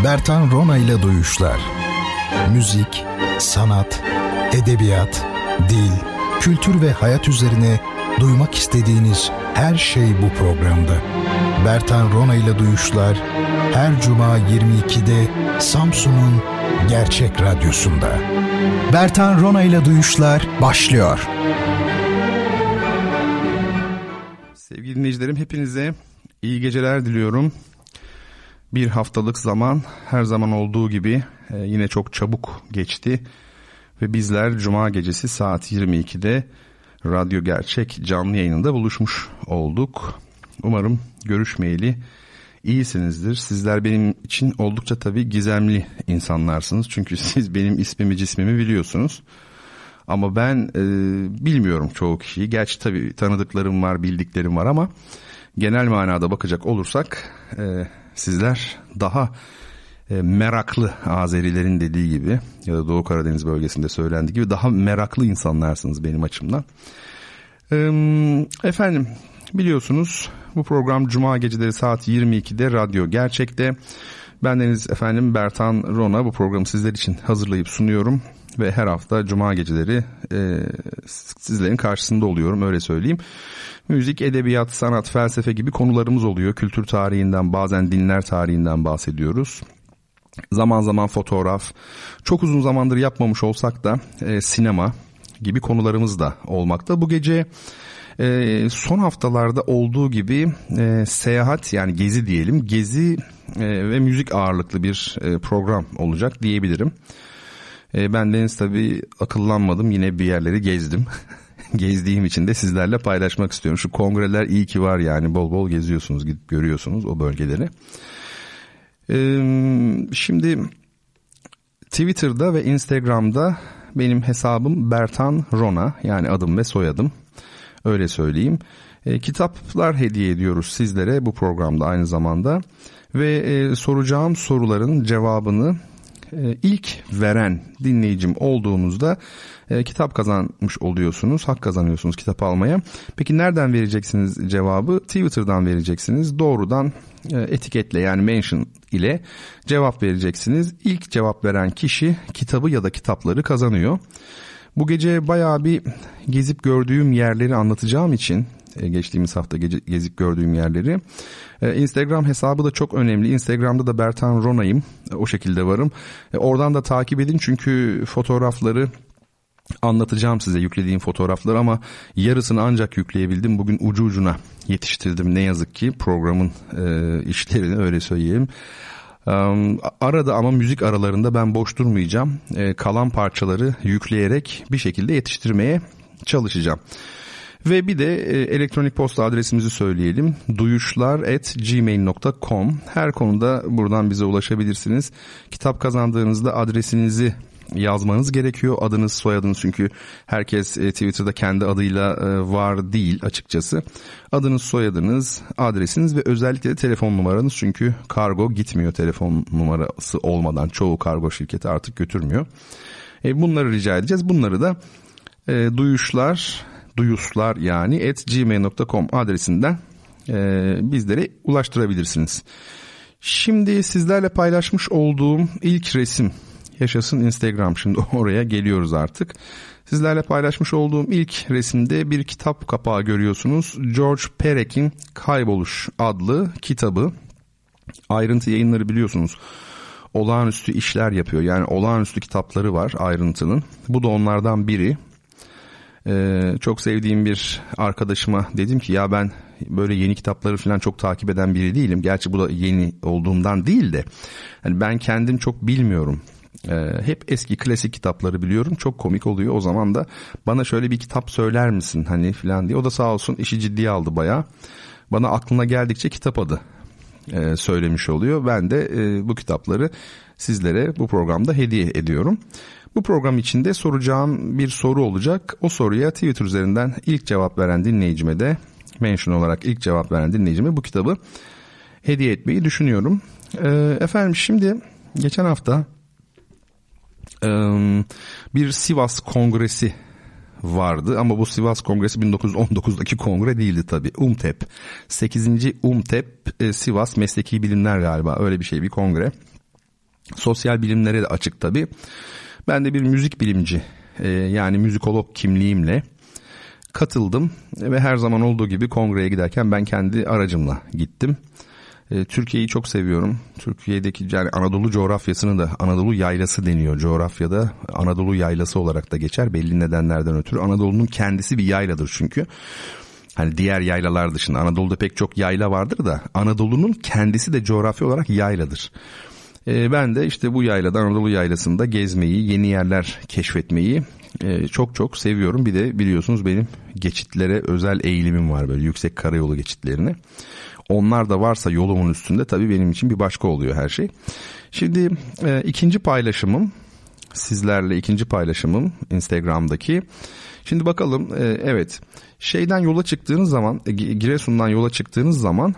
Bertan Rona ile Duyuşlar. Müzik, sanat, edebiyat, dil, kültür ve hayat üzerine duymak istediğiniz her şey bu programda. Bertan Rona ile Duyuşlar her cuma 22'de Samsun'un Gerçek Radyosu'nda. Bertan Rona ile Duyuşlar başlıyor. Sevgili dinleyicilerim, hepinize iyi geceler diliyorum. Bir haftalık zaman her zaman olduğu gibi yine çok çabuk geçti ve bizler Cuma gecesi saat 22'de Radyo Gerçek canlı yayınında buluşmuş olduk. Umarım görüşmeyeli iyisinizdir. Sizler benim için oldukça tabii gizemli insanlarsınız. Çünkü siz benim ismimi cismimi biliyorsunuz. Ama ben bilmiyorum çoğu kişiyi. Gerçi tabii tanıdıklarım var, bildiklerim var ama genel manada bakacak olursak sizler daha meraklı, Azerilerin dediği gibi ya da Doğu Karadeniz bölgesinde söylendiği gibi daha meraklı insanlarsınız benim açımdan. Efendim, biliyorsunuz bu program Cuma geceleri saat 22'de Radyo Gerçek'te. Bendeniz efendim Bertan Rona, bu programı sizler için hazırlayıp sunuyorum. Ve her hafta Cuma geceleri sizlerin karşısında oluyorum, öyle söyleyeyim. Müzik, edebiyat, sanat, felsefe gibi konularımız oluyor. Kültür tarihinden, bazen dinler tarihinden bahsediyoruz. Zaman zaman fotoğraf, çok uzun zamandır yapmamış olsak da sinema gibi konularımız da olmakta. Bu gece son haftalarda olduğu gibi seyahat, yani gezi diyelim, gezi ve müzik ağırlıklı bir program olacak diyebilirim. Bendeniz tabii akıllanmadım, yine bir yerleri gezdim. Gezdiğim için de sizlerle paylaşmak istiyorum. Şu kongreler iyi ki var, yani bol bol geziyorsunuz, gidip görüyorsunuz o bölgeleri. Şimdi Twitter'da ve Instagram'da benim hesabım Bertan Rona, yani adım ve soyadım, öyle söyleyeyim. Kitaplar hediye ediyoruz sizlere bu programda aynı zamanda ve soracağım soruların cevabını ilk veren dinleyicim olduğunuzda kitap kazanmış oluyorsunuz, hak kazanıyorsunuz kitap almaya. Peki nereden vereceksiniz cevabı? Twitter'dan vereceksiniz. Doğrudan etiketle, yani mention ile cevap vereceksiniz. İlk cevap veren kişi kitabı ya da kitapları kazanıyor. Bu gece bayağı bir gezip gördüğüm yerleri anlatacağım için, geçtiğimiz hafta gezip gördüğüm yerleri. Instagram hesabı da çok önemli. Instagram'da da Bertan Rona'yım. O şekilde varım. Oradan da takip edin, çünkü fotoğrafları anlatacağım size, yüklediğim fotoğrafları, ama yarısını ancak yükleyebildim. Bugün ucu ucuna yetiştirdim ne yazık ki programın işlerini, öyle söyleyeyim. Arada ama müzik aralarında ben boş durmayacağım. Kalan parçaları yükleyerek bir şekilde yetiştirmeye çalışacağım. Ve bir de elektronik posta adresimizi söyleyelim. duyuşlar@gmail.com. Her konuda buradan bize ulaşabilirsiniz. Kitap kazandığınızda adresinizi yazmanız gerekiyor. Adınız, soyadınız, çünkü herkes Twitter'da kendi adıyla var değil açıkçası. Adınız, soyadınız, adresiniz ve özellikle de telefon numaranız, çünkü kargo gitmiyor telefon numarası olmadan. Çoğu kargo şirketi artık götürmüyor. Bunları rica edeceğiz. Bunları da duyuşlar yani @gmail.com adresinden bizlere ulaştırabilirsiniz. Şimdi sizlerle paylaşmış olduğum ilk resim, yaşasın Instagram, şimdi oraya geliyoruz artık. Sizlerle paylaşmış olduğum ilk resimde bir kitap kapağı görüyorsunuz. George Perek'in Kayboluş adlı kitabı. Ayrıntı yayınları biliyorsunuz, olağanüstü işler yapıyor. Yani olağanüstü kitapları var Ayrıntı'nın. Bu da onlardan biri. Çok sevdiğim bir arkadaşıma dedim ki, ya ben böyle yeni kitapları falan çok takip eden biri değilim. Gerçi bu da yeni olduğumdan değil de, hani ben kendim çok bilmiyorum. Hep eski klasik kitapları biliyorum. Çok komik oluyor. O zaman da bana şöyle bir kitap söyler misin hani falan diye. O da sağ olsun işi ciddiye aldı bayağı. Bana aklına geldikçe kitap adı söylemiş oluyor. Ben de bu kitapları sizlere bu programda hediye ediyorum. Bu program içinde soracağım bir soru olacak. O soruya Twitter üzerinden ilk cevap veren dinleyicime de, mention olarak ilk cevap veren dinleyicime bu kitabı hediye etmeyi düşünüyorum. Efendim, şimdi geçen hafta bir Sivas Kongresi vardı ama bu Sivas Kongresi 1919'daki kongre değildi tabii. UMTEP 8. UMTEP Sivas Mesleki Bilimler galiba, öyle bir şey, bir kongre. Sosyal bilimlere de açık tabii. Ben de bir müzik bilimci yani müzikolog kimliğimle katıldım ve her zaman olduğu gibi kongreye giderken ben kendi aracımla gittim. Türkiye'yi çok seviyorum. Türkiye'deki yani Anadolu coğrafyasını da Anadolu yaylası deniyor coğrafyada. Anadolu yaylası olarak da geçer belli nedenlerden ötürü. Anadolu'nun kendisi bir yayladır çünkü. Hani diğer yaylalar dışında Anadolu'da pek çok yayla vardır da Anadolu'nun kendisi de coğrafya olarak yayladır. Ben de işte bu yaylada Anadolu yaylasında gezmeyi, yeni yerler keşfetmeyi çok çok seviyorum. Bir de biliyorsunuz benim geçitlere özel eğilimim var, böyle yüksek karayolu geçitlerine. Onlar da varsa yolumun üstünde tabii benim için bir başka oluyor her şey. Şimdi ikinci paylaşımım, sizlerle ikinci paylaşımım Instagram'daki. Şimdi bakalım, evet, şeyden yola çıktığınız zaman, Giresun'dan yola çıktığınız zaman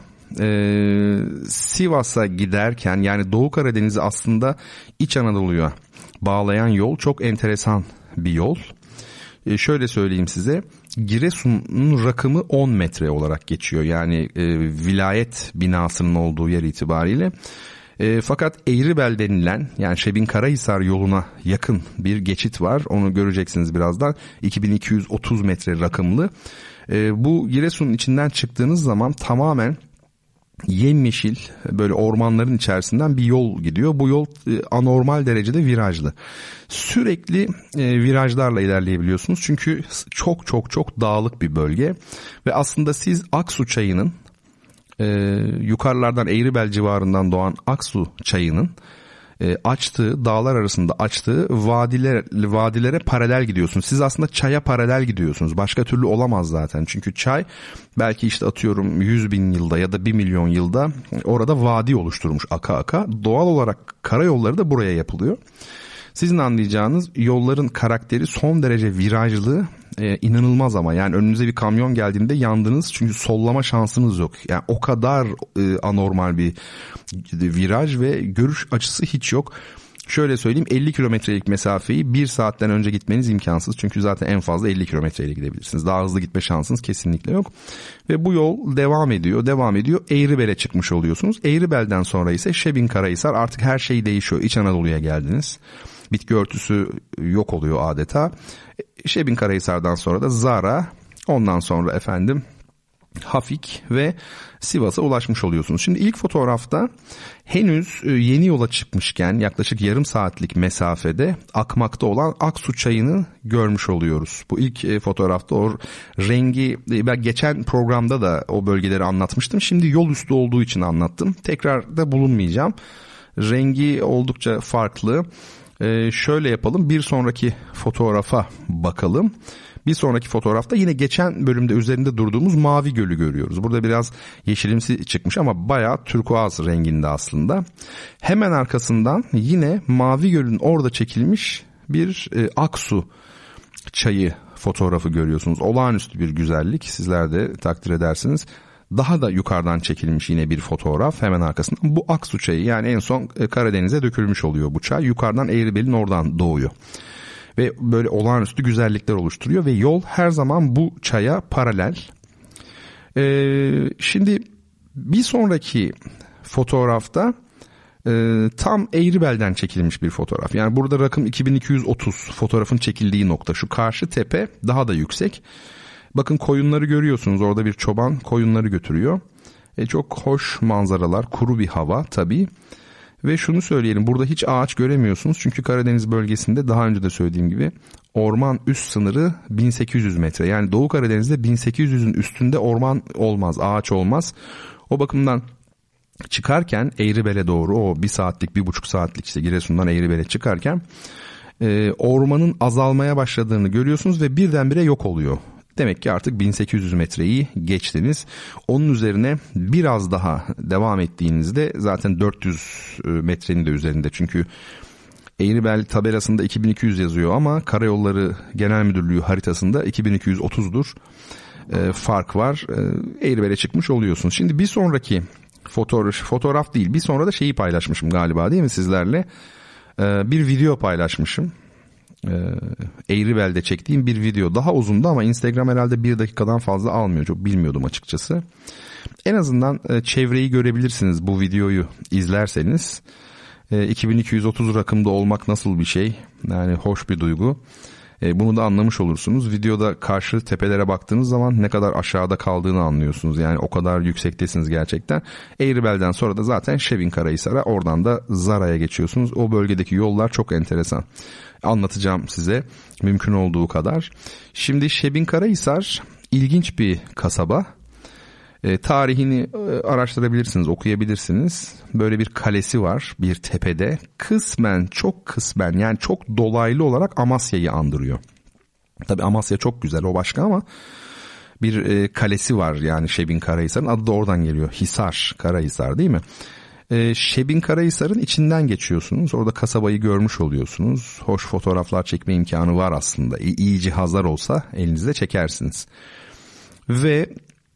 Sivas'a giderken, yani Doğu Karadeniz'i aslında İç Anadolu'ya bağlayan yol çok enteresan bir yol. Şöyle söyleyeyim size, Giresun'un rakımı 10 metre olarak geçiyor. Yani vilayet binasının olduğu yer itibariyle. Fakat Eğribel denilen, yani Şebinkarahisar yoluna yakın bir geçit var. Onu göreceksiniz birazdan. 2230 metre rakımlı. Bu Giresun'un içinden çıktığınız zaman tamamen yemyeşil, böyle ormanların içerisinden bir yol gidiyor. Bu yol anormal derecede virajlı. Sürekli virajlarla ilerleyebiliyorsunuz. Çünkü çok çok çok dağlık bir bölge. Ve aslında siz Aksu çayının, yukarılardan Eğribel civarından doğan Aksu çayının açtığı, dağlar arasında açtığı vadilere paralel gidiyorsunuz. Siz aslında çaya paralel gidiyorsunuz. Başka türlü olamaz zaten. Çünkü çay belki işte atıyorum 100.000 yılda ya da 1 milyon yılda orada vadi oluşturmuş aka aka. Doğal olarak karayolları da buraya yapılıyor. Sizin anlayacağınız yolların karakteri son derece virajlı, inanılmaz ama yani önünüze bir kamyon geldiğinde yandınız çünkü sollama şansınız yok. Yani o kadar anormal bir viraj ve görüş açısı hiç yok. Şöyle söyleyeyim, 50 kilometrelik mesafeyi 1 saatten önce gitmeniz imkansız. Çünkü zaten en fazla 50 kilometreyle gidebilirsiniz. Daha hızlı gitme şansınız kesinlikle yok. Ve bu yol devam ediyor. Eğribel'e çıkmış oluyorsunuz. Eğribel'den sonra ise Şebinkarahisar, artık her şey değişiyor. İç Anadolu'ya geldiniz. Bitki örtüsü yok oluyor adeta. Şebinkarahisar'dan sonra da Zara, ondan sonra efendim Hafik ve Sivas'a ulaşmış oluyorsunuz. Şimdi ilk fotoğrafta henüz yeni yola çıkmışken yaklaşık yarım saatlik mesafede akmakta olan Aksu çayını görmüş oluyoruz. Bu ilk fotoğrafta o rengi, ben geçen programda da o bölgeleri anlatmıştım. Şimdi yol üstü olduğu için anlattım. Tekrar da bulunmayacağım. Rengi oldukça farklı. Şöyle yapalım, bir sonraki fotoğrafa bakalım. Bir sonraki fotoğrafta yine geçen bölümde üzerinde durduğumuz Mavi Gölü görüyoruz. Burada biraz yeşilimsi çıkmış ama bayağı turkuaz renginde aslında. Hemen arkasından yine Mavi Göl'ün orada çekilmiş bir Aksu çayı fotoğrafı görüyorsunuz. Olağanüstü bir güzellik, sizler de takdir edersiniz. Daha da yukarıdan çekilmiş yine bir fotoğraf hemen arkasından. Bu Aksu çayı, yani en son Karadeniz'e dökülmüş oluyor bu çay. Yukarıdan Eğribel'in oradan doğuyor. Ve böyle olağanüstü güzellikler oluşturuyor ve yol her zaman bu çaya paralel. Şimdi bir sonraki fotoğrafta tam Eğribel'den çekilmiş bir fotoğraf. Yani burada rakım 2230, fotoğrafın çekildiği nokta. Şu karşı tepe daha da yüksek. Bakın koyunları görüyorsunuz. Orada bir çoban koyunları götürüyor. Çok hoş manzaralar, kuru bir hava tabii. Ve şunu söyleyelim, burada hiç ağaç göremiyorsunuz. Çünkü Karadeniz bölgesinde daha önce de söylediğim gibi orman üst sınırı 1800 metre. Yani Doğu Karadeniz'de 1800'ün üstünde orman olmaz, ağaç olmaz. O bakımdan çıkarken Eğribel'e doğru, o 1 saatlik 1,5 saatlik işte Giresun'dan Eğribel'e çıkarken ormanın azalmaya başladığını görüyorsunuz ve birdenbire yok oluyor. Demek ki artık 1800 metreyi geçtiniz. Onun üzerine biraz daha devam ettiğinizde zaten 400 metrenin de üzerinde. Çünkü Eğribel tabelasında 2200 yazıyor ama Karayolları Genel Müdürlüğü haritasında 2230'dur. Fark var. Eğribel'e çıkmış oluyorsunuz. Şimdi bir sonraki fotoğraf değil, bir sonra da şeyi paylaşmışım galiba, değil mi sizlerle? Bir video paylaşmışım. Eğribel'de çektiğim bir video, daha uzundu ama Instagram herhalde 1 dakikadan fazla almıyor, çok bilmiyordum açıkçası. En azından çevreyi görebilirsiniz bu videoyu izlerseniz. 2230 rakımda olmak nasıl bir şey? Yani hoş bir duygu. Bunu da anlamış olursunuz. Videoda karşı tepelere baktığınız zaman ne kadar aşağıda kaldığını anlıyorsunuz. Yani o kadar yüksektesiniz gerçekten. Eğribel'den sonra da zaten Şebinkarahisar'a, oradan da Zara'ya geçiyorsunuz. O bölgedeki yollar çok enteresan. Anlatacağım size mümkün olduğu kadar. Şimdi Şebinkarahisar ilginç bir kasaba. Tarihini araştırabilirsiniz, okuyabilirsiniz. Böyle bir kalesi var bir tepede. Kısmen, çok kısmen, yani çok dolaylı olarak Amasya'yı andırıyor. Tabii Amasya çok güzel, o başka, ama bir kalesi var yani Şebinkarahisar'ın adı da oradan geliyor. Hisar, Karahisar değil mi? Şebinkarahisar'ın içinden geçiyorsunuz. Orada kasabayı görmüş oluyorsunuz. Hoş fotoğraflar çekme imkanı var aslında. İyi cihazlar olsa elinizde çekersiniz. Ve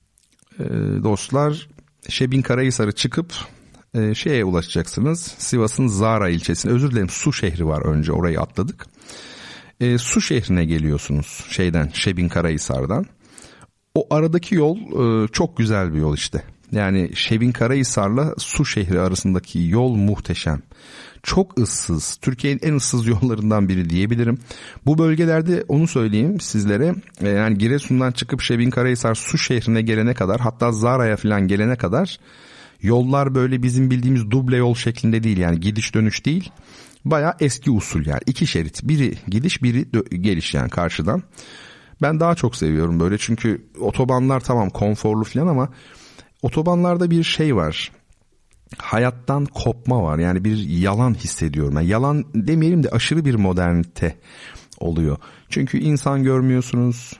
dostlar, Şebinkarahisar'ı çıkıp şeye ulaşacaksınız. Sivas'ın Zara ilçesine, özür dilerim, Su şehri var, önce orayı atladık. Su şehrine geliyorsunuz Şebinkarahisar'dan. O aradaki yol çok güzel bir yol işte. Yani Şebinkarahisar'la Su şehri arasındaki yol muhteşem. Çok ıssız. Türkiye'nin en ıssız yollarından biri diyebilirim. Bu bölgelerde onu söyleyeyim sizlere. Yani Giresun'dan çıkıp Şebinkarahisar Su şehrine gelene kadar, hatta Zara'ya falan gelene kadar yollar böyle bizim bildiğimiz duble yol şeklinde değil. Yani gidiş dönüş değil. Bayağı eski usul yani. 2 şerit. Biri gidiş, biri geliş yani karşıdan. Ben daha çok seviyorum böyle, çünkü otobanlar tamam konforlu falan ama otobanlarda bir şey var. Hayattan kopma var. Yani bir yalan hissediyorum. Yani yalan demeyelim de aşırı bir modernite oluyor. Çünkü insan görmüyorsunuz.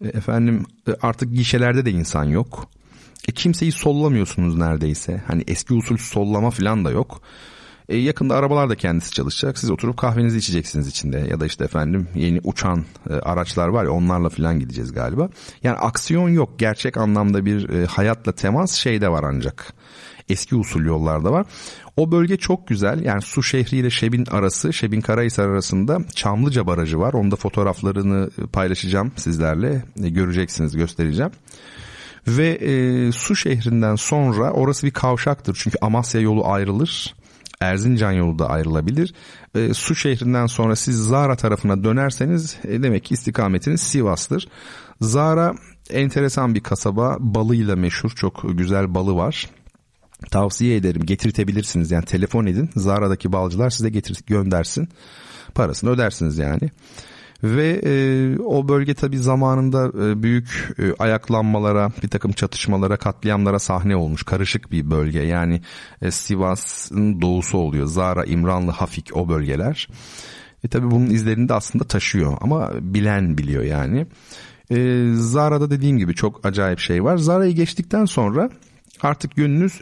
Artık gişelerde de insan yok. Kimseyi sollamıyorsunuz neredeyse. Hani eski usul sollama falan da yok. Yakında arabalar da kendisi çalışacak. Siz oturup kahvenizi içeceksiniz içinde. Ya da işte yeni uçan araçlar var ya, onlarla falan gideceğiz galiba. Yani aksiyon yok. Gerçek anlamda bir hayatla temas şeyde var ancak. Eski usul yollarda var. O bölge çok güzel. Yani Su şehri ile Şebinkarahisar arasında Çamlıca Barajı var. Onda fotoğraflarını paylaşacağım sizlerle. Göreceksiniz, göstereceğim. Ve Su şehrinden sonra orası bir kavşaktır. Çünkü Amasya yolu ayrılır. Erzincan yolu da ayrılabilir. Su şehrinden sonra siz Zara tarafına dönerseniz demek ki istikametiniz Sivas'tır. Zara enteresan bir kasaba. Balıyla meşhur. Çok güzel balı var. Tavsiye ederim, getirtebilirsiniz yani, telefon edin, Zara'daki balcılar size göndersin, parasını ödersiniz yani. Ve o bölge tabii zamanında büyük ayaklanmalara, bir takım çatışmalara, katliamlara sahne olmuş, karışık bir bölge yani. Sivas'ın doğusu oluyor, Zara, İmranlı, Hafik, o bölgeler. Tabii bunun izlerini de aslında taşıyor ama bilen biliyor yani. Zara'da dediğim gibi çok acayip şey var. Zara'yı geçtikten sonra artık yönünüz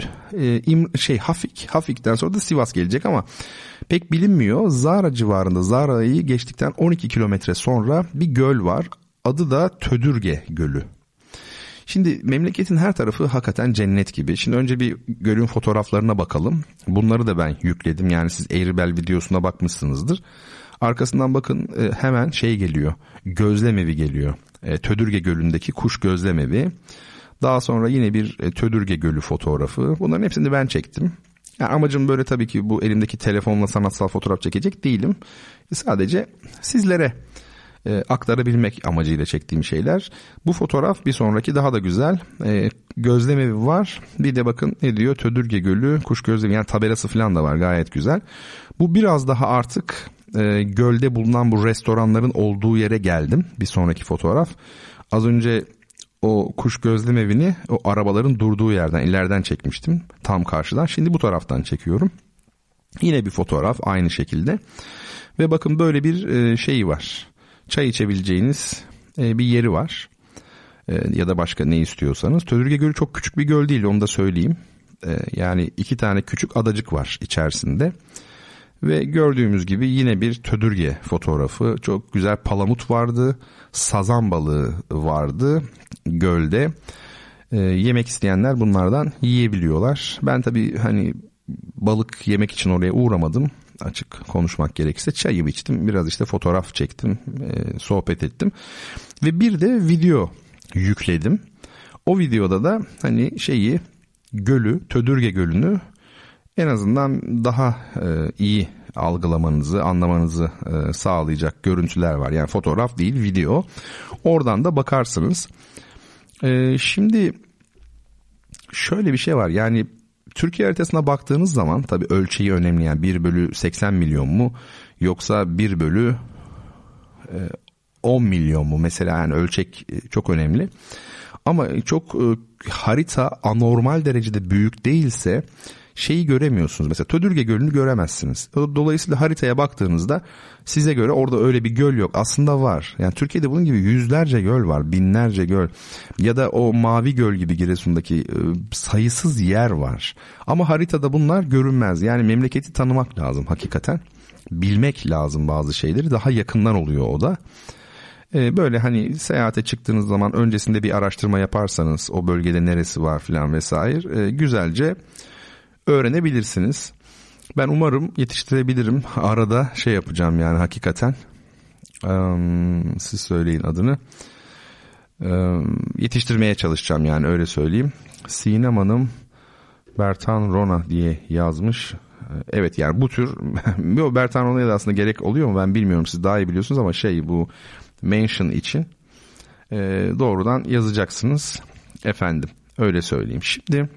Hafik'ten sonra da Sivas gelecek ama pek bilinmiyor. Zara civarında, Zara'yı geçtikten 12 kilometre sonra bir göl var. Adı da Tödürge Gölü. Şimdi memleketin her tarafı hakikaten cennet gibi. Şimdi önce bir gölün fotoğraflarına bakalım. Bunları da ben yükledim. Yani siz Eğribel videosuna bakmışsınızdır. Arkasından bakın hemen geliyor. Gözlemevi geliyor. Tödürge Gölü'ndeki kuş gözlemevi. Daha sonra yine bir Tödürge Gölü fotoğrafı. Bunların hepsini ben çektim. Yani amacım böyle tabii ki bu elimdeki telefonla sanatsal fotoğraf çekecek değilim. Sadece sizlere aktarabilmek amacıyla çektiğim şeyler. Bu fotoğraf bir sonraki daha da güzel. Gözlemevi var. Bir de bakın ne diyor? Tödürge Gölü, kuş gözlemevi, yani tabelası falan da var, gayet güzel. Bu biraz daha artık gölde bulunan bu restoranların olduğu yere geldim. Bir sonraki fotoğraf. Az önce o kuş gözlemevini o arabaların durduğu yerden, ileriden çekmiştim. Tam karşıdan. Şimdi bu taraftan çekiyorum. Yine bir fotoğraf aynı şekilde. Ve bakın böyle bir şeyi var. Çay içebileceğiniz bir yeri var. Ya da başka ne istiyorsanız. Tödürge Gölü çok küçük bir göl değil, onu da söyleyeyim. Yani 2 tane küçük adacık var içerisinde. Ve gördüğümüz gibi yine bir Tödürge fotoğrafı. Çok güzel palamut vardı. Sazan balığı vardı gölde. Yemek isteyenler bunlardan yiyebiliyorlar. Ben tabii balık yemek için oraya uğramadım. Açık konuşmak gerekirse çayımı içtim. Biraz işte fotoğraf çektim. Sohbet ettim. Ve bir de video yükledim. O videoda da gölü, Tödürge Gölü'nü en azından daha iyi algılamanızı, anlamanızı sağlayacak görüntüler var. Yani fotoğraf değil, video. Oradan da bakarsınız. Şimdi şöyle bir şey var. Yani Türkiye haritasına baktığınız zaman tabii ölçeği önemli. Yani 1/80 milyon mu yoksa 1/10 milyon mu? Mesela yani ölçek çok önemli. Ama çok harita anormal derecede büyük değilse şeyi göremiyorsunuz. Mesela Tödürge Gölü'nü göremezsiniz. Dolayısıyla haritaya baktığınızda size göre orada öyle bir göl yok. Aslında var. Yani Türkiye'de bunun gibi yüzlerce göl var, binlerce göl. Ya da o Mavi Göl gibi Giresun'daki sayısız yer var. Ama haritada bunlar görünmez. Yani memleketi tanımak lazım hakikaten. Bilmek lazım bazı şeyleri. Daha yakından oluyor o da. Böyle hani seyahate çıktığınız zaman öncesinde bir araştırma yaparsanız o bölgede neresi var filan vesaire güzelce öğrenebilirsiniz. Ben umarım yetiştirebilirim. Arada şey yapacağım yani hakikaten. Siz söyleyin adını. Yetiştirmeye çalışacağım yani öyle söyleyeyim. Sinem Hanım Bertan Rona diye yazmış. Evet yani bu tür Bertan Rona'ya da aslında gerek oluyor mu ben bilmiyorum. Siz daha iyi biliyorsunuz ama bu mention için doğrudan yazacaksınız. Efendim öyle söyleyeyim. Şimdi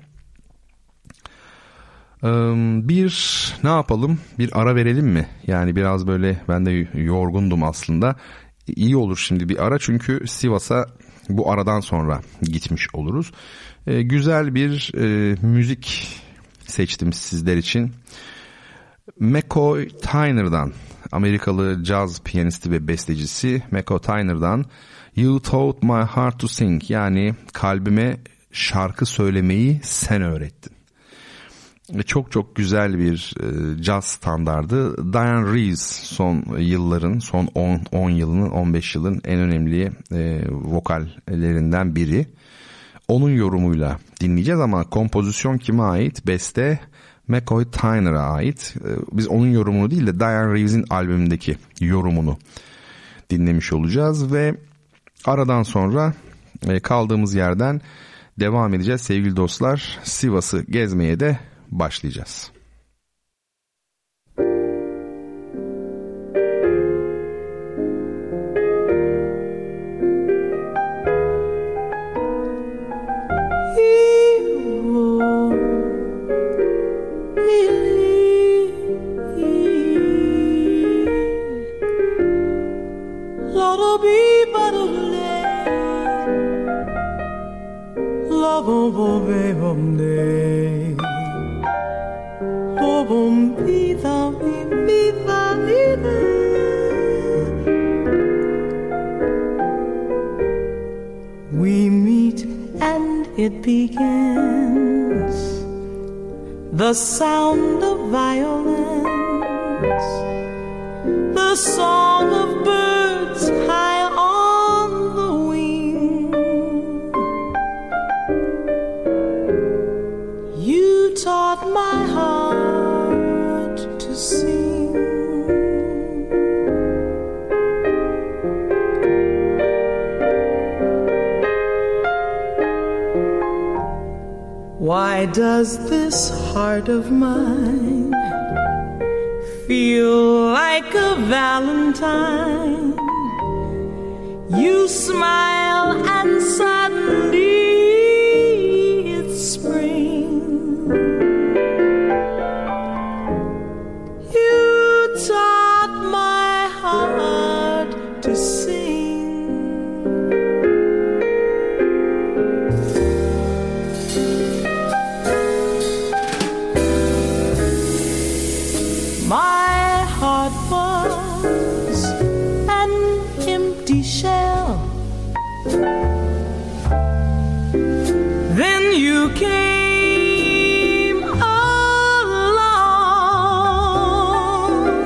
ne yapalım? Bir ara verelim mi? Yani biraz böyle ben de yorgundum aslında. İyi olur şimdi bir ara çünkü Sivas'a bu aradan sonra gitmiş oluruz. Güzel bir müzik seçtim sizler için. McCoy Tyner'dan, Amerikalı caz piyanisti ve bestecisi McCoy Tyner'dan You Taught My Heart to Sing, yani kalbime şarkı söylemeyi sen öğrettin. Çok çok güzel bir caz standardı. Diane Reeves son 10 yılının 15 yılın en önemli vokallerinden biri. Onun yorumuyla dinleyeceğiz ama kompozisyon kime ait? Beste McCoy Tyner'a ait. Biz onun yorumunu değil de Diane Reeves'in albümündeki yorumunu dinlemiş olacağız ve aradan sonra kaldığımız yerden devam edeceğiz sevgili dostlar. Sivas'ı gezmeye de başlayacağız. We meet and it begins, the sound of violins, the song of birds high on the wing. You taught my heart to sing. Why does this heart of mine feel like a valentine? You smile and suddenly it's spring. You taught my heart to sing. My heart was an empty shell. Then you came along.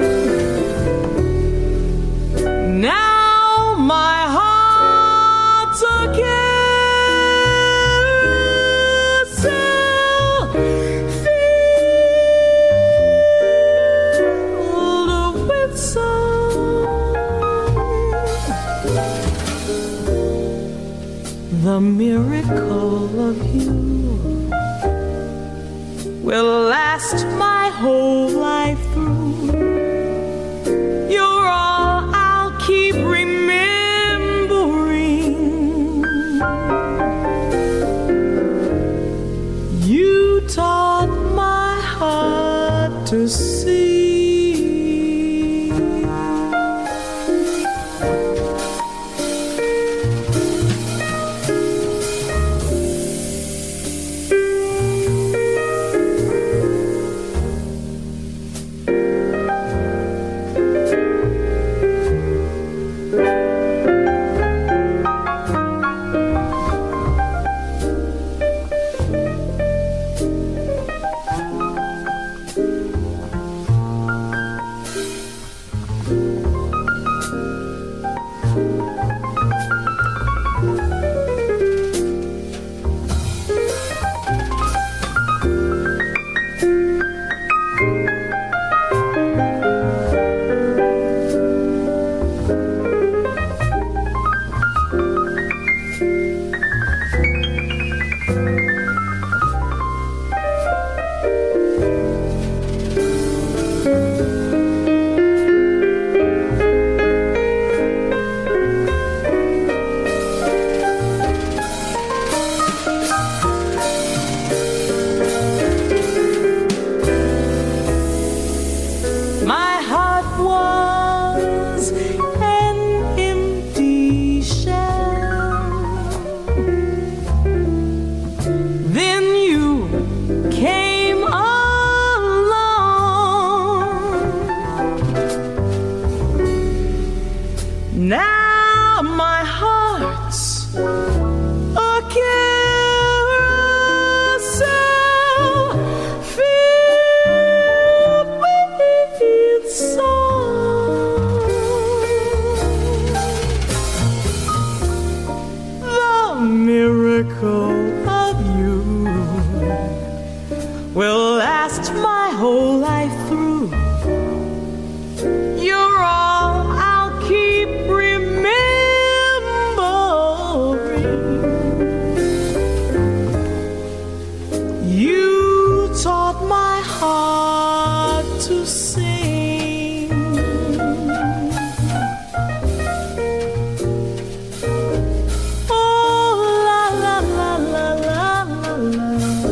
Now my heart's a carousel filled with song. The miracle of you will last my whole life through. You're all I'll keep remembering. You taught my heart to see. Now my heart's a carousel filled with song. The miracle of you will last my whole life through. You're all I'll keep remembering. You taught my heart to sing. Oh, la la la la la la la.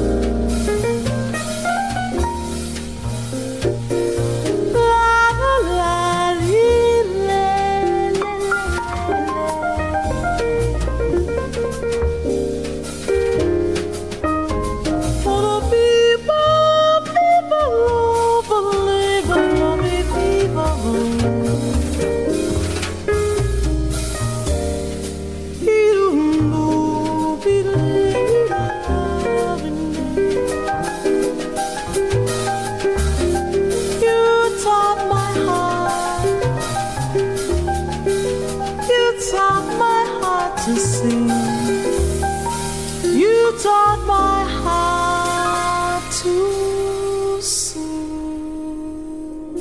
To sing. You taught my heart to sing.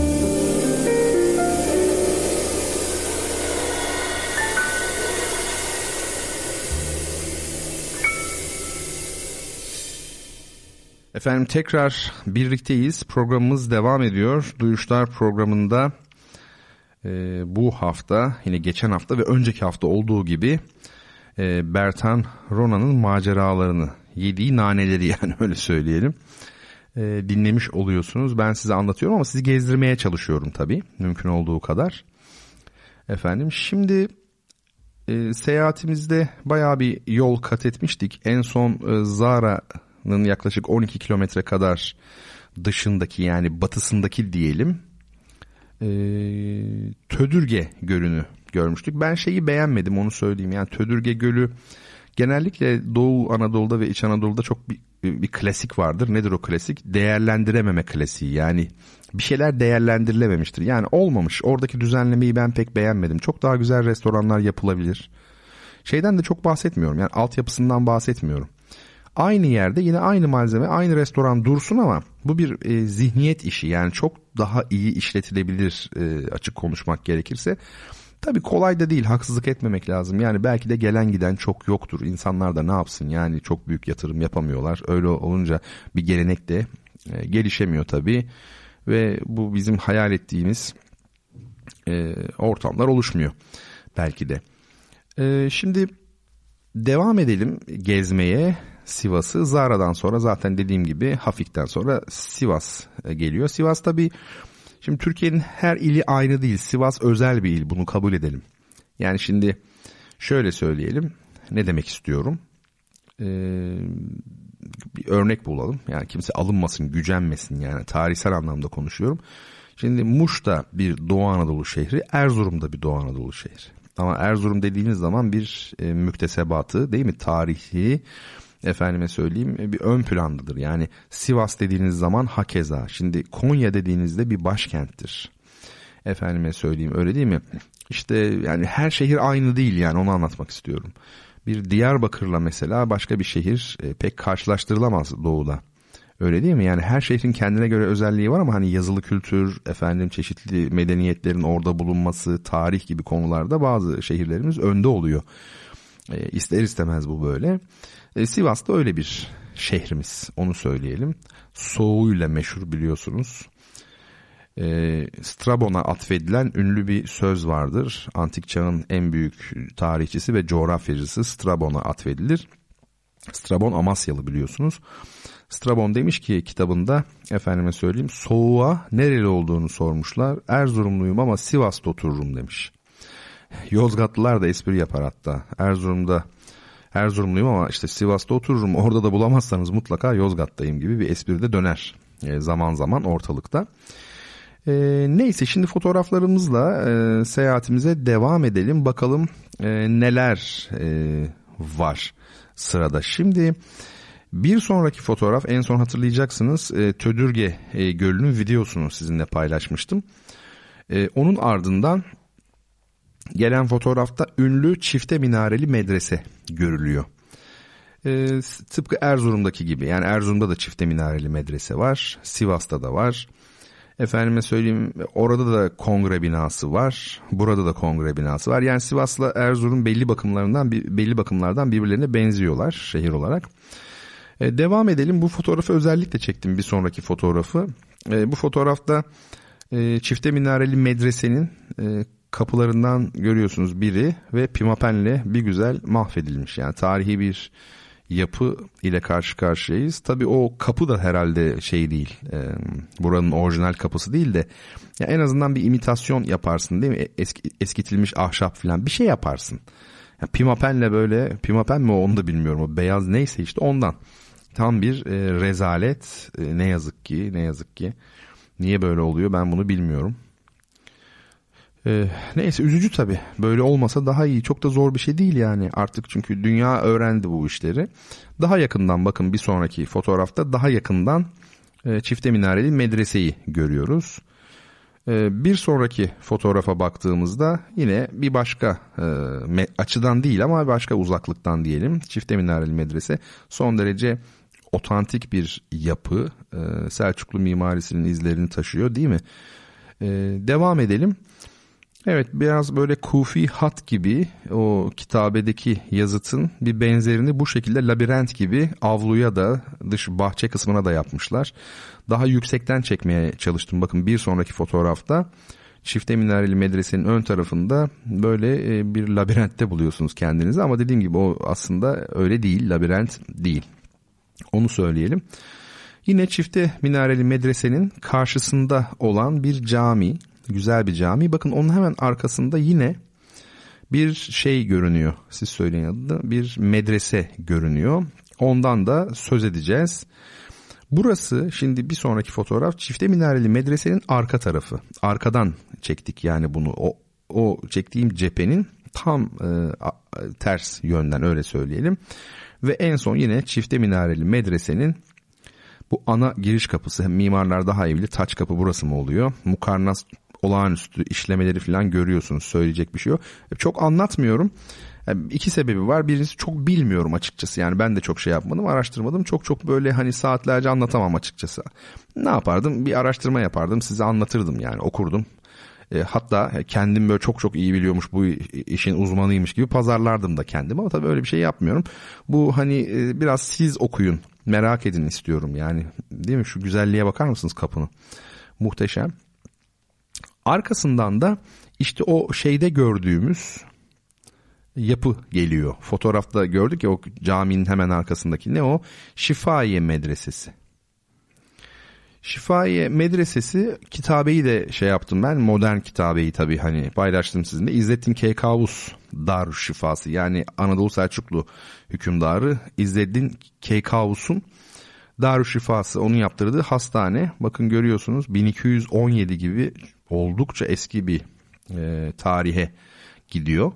Efendim tekrar birlikteyiz. Programımız devam ediyor. Duyuşlar programında bu hafta, yine geçen hafta ve önceki hafta olduğu gibi Bertan Rona'nın maceralarını, yediği naneleri, yani öyle söyleyelim, dinlemiş oluyorsunuz. Ben size anlatıyorum ama sizi gezdirmeye çalışıyorum tabii, mümkün olduğu kadar. Efendim şimdi seyahatimizde bayağı bir yol kat etmiştik. En son Zara'nın yaklaşık 12 kilometre kadar dışındaki, yani batısındaki diyelim, Tödürge Gölü'nü görmüştük. Ben şeyi beğenmedim, onu söyleyeyim. Yani Tödürge Gölü genellikle Doğu Anadolu'da ve İç Anadolu'da çok bir klasik vardır. Nedir o klasik? Değerlendirememe klasiği. Yani bir şeyler değerlendirilememiştir. Yani olmamış. Oradaki düzenlemeyi ben pek beğenmedim. Çok daha güzel restoranlar yapılabilir. Şeyden de çok bahsetmiyorum. Yani altyapısından bahsetmiyorum. Aynı yerde yine aynı malzeme, aynı restoran dursun ama bu bir zihniyet işi. Yani çok daha iyi işletilebilir, açık konuşmak gerekirse. Tabii kolay da değil, haksızlık etmemek lazım. Yani belki de gelen giden çok yoktur. İnsanlar da ne yapsın yani, çok büyük yatırım yapamıyorlar. Öyle olunca bir gelenek de gelişemiyor tabii. Ve bu bizim hayal ettiğimiz ortamlar oluşmuyor belki de. Şimdi devam edelim gezmeye. Sivas'ı, Zara'dan sonra zaten dediğim gibi Hafik'ten sonra Sivas geliyor. Sivas tabii, şimdi Türkiye'nin her ili aynı değil. Sivas özel bir il, bunu kabul edelim. Yani şimdi şöyle söyleyelim, ne demek istiyorum? Bir örnek bulalım. Yani kimse alınmasın, gücenmesin, yani tarihsel anlamda konuşuyorum. Şimdi Muş da bir Doğu Anadolu şehri, Erzurum da bir Doğu Anadolu şehri. Ama Erzurum dediğiniz zaman bir müktesebatı, değil mi? Tarihi, efendime söyleyeyim, bir ön plandadır. Yani Sivas dediğiniz zaman hakeza. Şimdi Konya dediğinizde bir başkenttir. Efendime söyleyeyim, öyle değil mi? İşte yani her şehir aynı değil, yani onu anlatmak istiyorum. Bir Diyarbakır'la mesela başka bir şehir pek karşılaştırılamaz doğuda. Öyle değil mi? Yani her şehrin kendine göre özelliği var ama hani yazılı kültür, efendim çeşitli medeniyetlerin orada bulunması, tarih gibi konularda bazı şehirlerimiz önde oluyor. İster istemez bu böyle. Sivas'ta öyle bir şehrimiz, onu söyleyelim. Soğuğuyla meşhur, biliyorsunuz. Strabon'a atfedilen ünlü bir söz vardır. Antik çağın en büyük tarihçisi ve coğrafyacısı Strabon'a atfedilir. Strabon Amasyalı, biliyorsunuz. Strabon demiş ki kitabında, efendime söyleyeyim, soğuğa nereli olduğunu sormuşlar. Erzurumluyum ama Sivas'ta otururum demiş. Yozgatlılar da espri yapar hatta. Erzurumluyum ama işte Sivas'ta otururum, orada da bulamazsanız mutlaka Yozgat'tayım gibi bir espri de döner zaman zaman ortalıkta. Neyse, şimdi fotoğraflarımızla seyahatimize devam edelim. Bakalım neler var sırada. Şimdi bir sonraki fotoğraf, en son hatırlayacaksınız, Tödürge Gölü'nün videosunu sizinle paylaşmıştım. Onun ardından gelen fotoğrafta ünlü çifte minareli medrese görülüyor. Tıpkı Erzurum'daki gibi, yani Erzurum'da da çifte minareli medrese var, Sivas'ta da var. Efendime söyleyeyim, orada da kongre binası var, burada da kongre binası var. Yani Sivas'la Erzurum belli bakımlardan birbirlerine benziyorlar şehir olarak. Devam edelim. Bu fotoğrafı özellikle çektim, bir sonraki fotoğrafı. Bu fotoğrafta çifte minareli medresenin kapılarından görüyorsunuz biri ve pimapenle bir güzel mahvedilmiş. Yani tarihi bir yapı ile karşı karşıyayız. Tabii o kapı da herhalde şey değil, buranın orijinal kapısı değil de ya en azından bir imitasyon yaparsın, değil mi? Eskitilmiş ahşap falan bir şey yaparsın. Ya pimapenle, böyle pimapen mi o, onu da bilmiyorum, o beyaz neyse işte ondan. Tam bir rezalet, ne yazık ki. Niye böyle oluyor ben bunu bilmiyorum. Neyse, üzücü tabii. Böyle olmasa daha iyi. Çok da zor bir şey değil yani artık, çünkü dünya öğrendi bu işleri. Daha yakından bakın, bir sonraki fotoğrafta daha yakından çifte minareli medreseyi görüyoruz. Bir sonraki fotoğrafa baktığımızda yine bir başka açıdan değil ama başka uzaklıktan diyelim. Çifte minareli medrese son derece otantik bir yapı. Selçuklu mimarisinin izlerini taşıyor, değil mi? Devam edelim. Evet, biraz böyle kufi hat gibi o kitabedeki yazıtın bir benzerini bu şekilde labirent gibi avluya da, dış bahçe kısmına da yapmışlar. Daha yüksekten çekmeye çalıştım. Bakın bir sonraki fotoğrafta çifte minareli medresenin ön tarafında böyle bir labirentte buluyorsunuz kendinizi. Ama dediğim gibi o aslında öyle değil, labirent değil. Onu söyleyelim. Yine çifte minareli medresenin karşısında olan bir cami. Güzel bir cami. Bakın onun hemen arkasında yine bir şey görünüyor. Siz söyleyin adını. Bir medrese görünüyor. Ondan da söz edeceğiz. Burası, şimdi bir sonraki fotoğraf çifte minareli medresenin arka tarafı. Arkadan çektik yani bunu. O çektiğim cephenin tam ters yönden, öyle söyleyelim. Ve en son yine çifte minareli medresenin bu ana giriş kapısı. Mimarlar daha iyi bilir. Taç kapı burası mı oluyor? Mukarnas olağanüstü işlemeleri falan görüyorsunuz. Söyleyecek bir şey yok. Çok anlatmıyorum. İki sebebi var. Birincisi, çok bilmiyorum açıkçası. Yani ben de çok şey yapmadım, araştırmadım. Çok böyle hani saatlerce anlatamam açıkçası. Ne yapardım? Bir araştırma yapardım, size anlatırdım yani, okurdum. Hatta kendim böyle çok çok iyi biliyormuş, bu işin uzmanıymış gibi pazarlardım da kendimi, ama tabii öyle bir şey yapmıyorum. Bu hani biraz siz okuyun, merak edin istiyorum yani, değil mi? Şu güzelliğe bakar mısınız kapının? Muhteşem. Arkasından da işte o şeyde gördüğümüz yapı geliyor. Fotoğrafta gördük ya, o caminin hemen arkasındaki ne o? Şifaiye Medresesi. Şifaiye Medresesi, kitabeyi de şey yaptım ben, modern kitabeyi tabii hani paylaştım sizinle. İzzettin Keykavus Darüşşifası, yani Anadolu Selçuklu hükümdarı İzzettin Keykavus'un Darüşşifası, onun yaptırdığı hastane. Bakın görüyorsunuz, 1217 gibi oldukça eski bir tarihe gidiyor.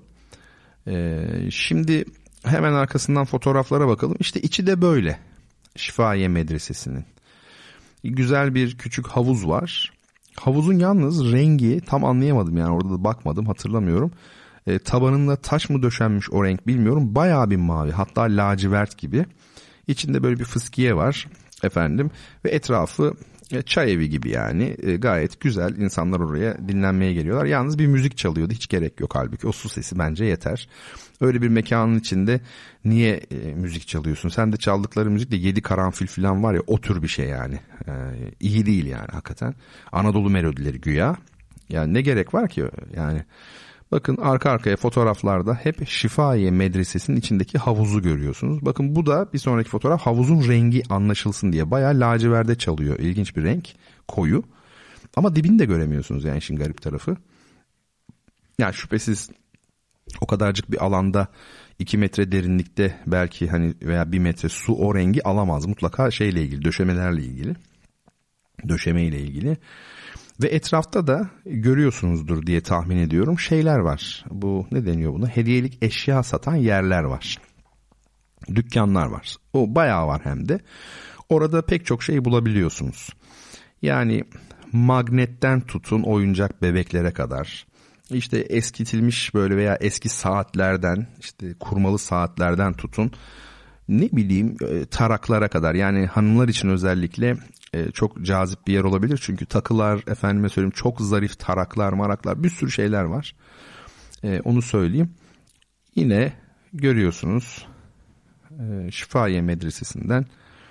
Şimdi hemen arkasından fotoğraflara bakalım. İşte içi de böyle Şifaiye Medresesi'nin. Güzel bir küçük havuz var. Havuzun yalnız rengi tam anlayamadım, yani orada da bakmadım, hatırlamıyorum. Tabanında taş mı döşenmiş o renk bilmiyorum. Bayağı bir mavi, hatta lacivert gibi. İçinde böyle bir fıskiye var efendim ve etrafı çay evi gibi yani. Gayet güzel, insanlar oraya dinlenmeye geliyorlar. Yalnız bir müzik çalıyordu, hiç gerek yok halbuki, o su sesi bence yeter. Öyle bir mekanın içinde niye müzik çalıyorsun? Sen de çaldıkları müzik de 7 karanfil falan var ya, o tür bir şey yani. İyi değil yani hakikaten. Anadolu melodileri güya. Yani ne gerek var ki yani. Bakın arka arkaya fotoğraflarda hep Şifaiye Medresesi'nin içindeki havuzu görüyorsunuz. Bakın bu da bir sonraki fotoğraf, havuzun rengi anlaşılsın diye bayağı laciverde çalıyor. İlginç bir renk, koyu. Ama dibini de göremiyorsunuz yani, işin garip tarafı. Yani şüphesiz o kadarcık bir alanda 2 metre derinlikte belki hani veya 1 metre su o rengi alamaz. Mutlaka şeyle ilgili, döşemelerle ilgili. Döşemeyle ilgili. Ve etrafta da görüyorsunuzdur diye tahmin ediyorum, şeyler var. Bu ne deniyor buna? Hediyelik eşya satan yerler var. Dükkanlar var. O bayağı var hem de. Orada pek çok şey bulabiliyorsunuz. Yani magnetten tutun oyuncak bebeklere kadar. İşte eskitilmiş böyle veya eski saatlerden, işte kurmalı saatlerden tutun, ne bileyim taraklara kadar. Yani hanımlar için özellikle çok cazip bir yer olabilir. Çünkü takılar, efendime söyleyeyim, çok zarif taraklar, maraklar, bir sürü şeyler var. Onu söyleyeyim. Yine görüyorsunuz Şifaiye Medresesi'nden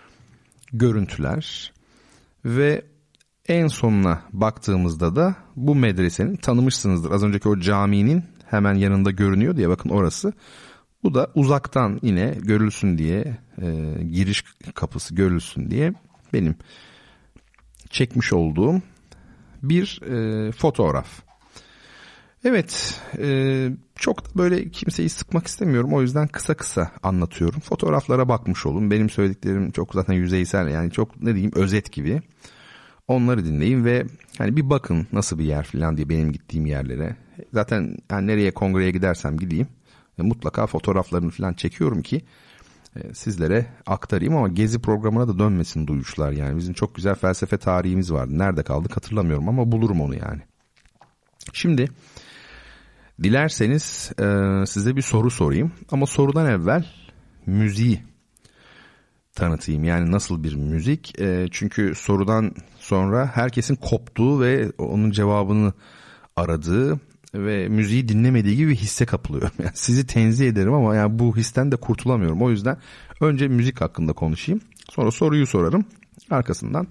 görüntüler. Ve en sonuna baktığımızda da bu medresenin, tanımışsınızdır, az önceki o caminin hemen yanında görünüyor diye, bakın orası. Bu da uzaktan yine görülsün diye, giriş kapısı görülsün diye benim çekmiş olduğum bir fotoğraf. Evet, çok da böyle kimseyi sıkmak istemiyorum, o yüzden kısa kısa anlatıyorum. Fotoğraflara bakmış olun. Benim söylediklerim çok zaten yüzeysel, yani çok ne diyeyim, özet gibi. Onları dinleyin ve hani bir bakın nasıl bir yer falan diye, benim gittiğim yerlere. Zaten yani nereye kongreye gidersem gideyim mutlaka fotoğraflarını falan çekiyorum ki sizlere aktarayım, ama gezi programına da dönmesin duyuşlar yani. Bizim çok güzel felsefe tarihimiz vardı. Nerede kaldık hatırlamıyorum ama bulurum onu yani. Şimdi dilerseniz size bir soru sorayım, ama sorudan evvel müziği tanıtayım. Yani nasıl bir müzik? Çünkü sorudan sonra herkesin koptuğu ve onun cevabını aradığı ve müziği dinlemediği gibi bir hisse kapılıyor. Yani sizi tenzih ederim ama yani bu histen de kurtulamıyorum. O yüzden önce müzik hakkında konuşayım. Sonra soruyu sorarım. Arkasından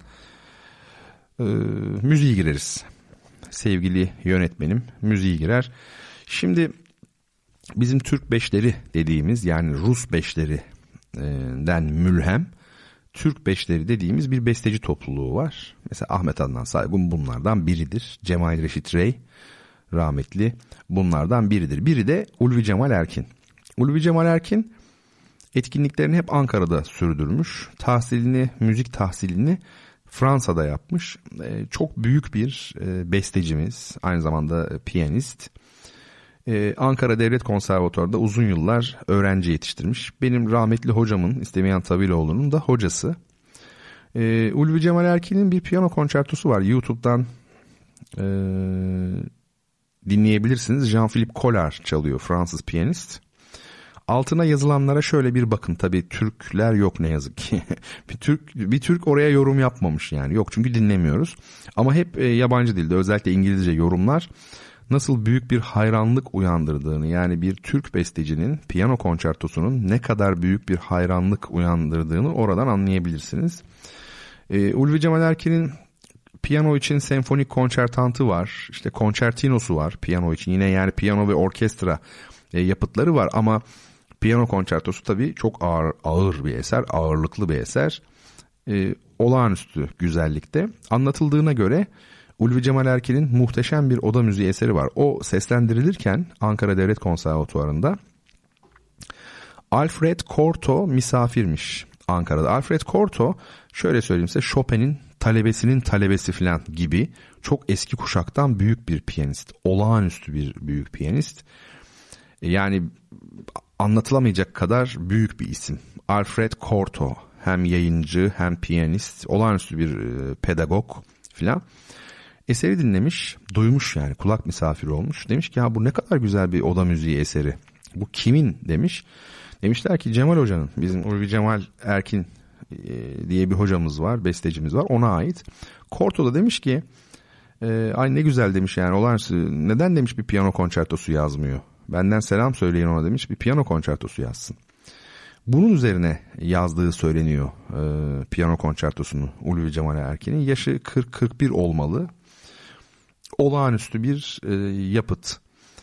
müziğe gireriz. Sevgili yönetmenim müziğe girer. Şimdi bizim Türk beşleri dediğimiz, yani Rus beşlerinden mülhem Türk beşleri dediğimiz bir besteci topluluğu var. Mesela Ahmet Adnan Saygun bunlardan biridir. Cemal Reşit Rey rahmetli bunlardan biridir. Biri de Ulvi Cemal Erkin. Ulvi Cemal Erkin etkinliklerini hep Ankara'da sürdürmüş. Müzik tahsilini Fransa'da yapmış. Çok büyük bir bestecimiz, aynı zamanda piyanist. Ankara Devlet Konservatuvarı'nda uzun yıllar öğrenci yetiştirmiş. Benim rahmetli hocamın, İstemiyan Tabiloğlu'nun da hocası. Ulvi Cemal Erkin'in bir piyano konçertosu var. YouTube'dan dinleyebilirsiniz. Jean-Philippe Collard çalıyor, Fransız piyanist. Altına yazılanlara şöyle bir bakın. Tabii Türkler yok ne yazık ki. bir Türk oraya yorum yapmamış yani. Yok çünkü dinlemiyoruz. Ama hep yabancı dilde, özellikle İngilizce yorumlar nasıl büyük bir hayranlık uyandırdığını, yani bir Türk bestecinin piyano konçertosunun ne kadar büyük bir hayranlık uyandırdığını oradan anlayabilirsiniz. Ulvi Cemal Erkin'in piyano için senfonik konçertantı var. İşte konçertinosu var piyano için. Yine yani piyano ve orkestra yapıtları var ama piyano konçertosu tabii çok ağır bir eser, ağırlıklı bir eser. Olağanüstü güzellikte. Anlatıldığına göre Ulvi Cemal Erkin'in muhteşem bir oda müziği eseri var. O seslendirilirken Ankara Devlet Konservatuvarı'nda Alfred Cortot misafirmiş Ankara'da. Alfred Cortot, şöyle söyleyeyim size, Chopin'in talebesinin talebesi falan gibi çok eski kuşaktan büyük bir piyanist. Olağanüstü bir büyük piyanist. Yani anlatılamayacak kadar büyük bir isim. Alfred Cortot, hem yayıncı hem piyanist, olağanüstü bir pedagog filan. Eseri dinlemiş, duymuş, yani kulak misafiri olmuş. Demiş ki ya bu ne kadar güzel bir oda müziği eseri. Bu kimin demiş. Demişler ki Cemal Hoca'nın, bizim Ulvi Cemal Erkin diye bir hocamız var, bestecimiz var, ona ait. Cortot da demiş ki ay ne güzel demiş, yani olağanüstü, neden demiş bir piyano konçertosu yazmıyor. Benden selam söyleyin ona demiş, bir piyano konçertosu yazsın. Bunun üzerine yazdığı söyleniyor piyano konçertosunu Ulvi Cemal Erkin'in. Yaşı 40-41 olmalı. Olağanüstü bir yapıt.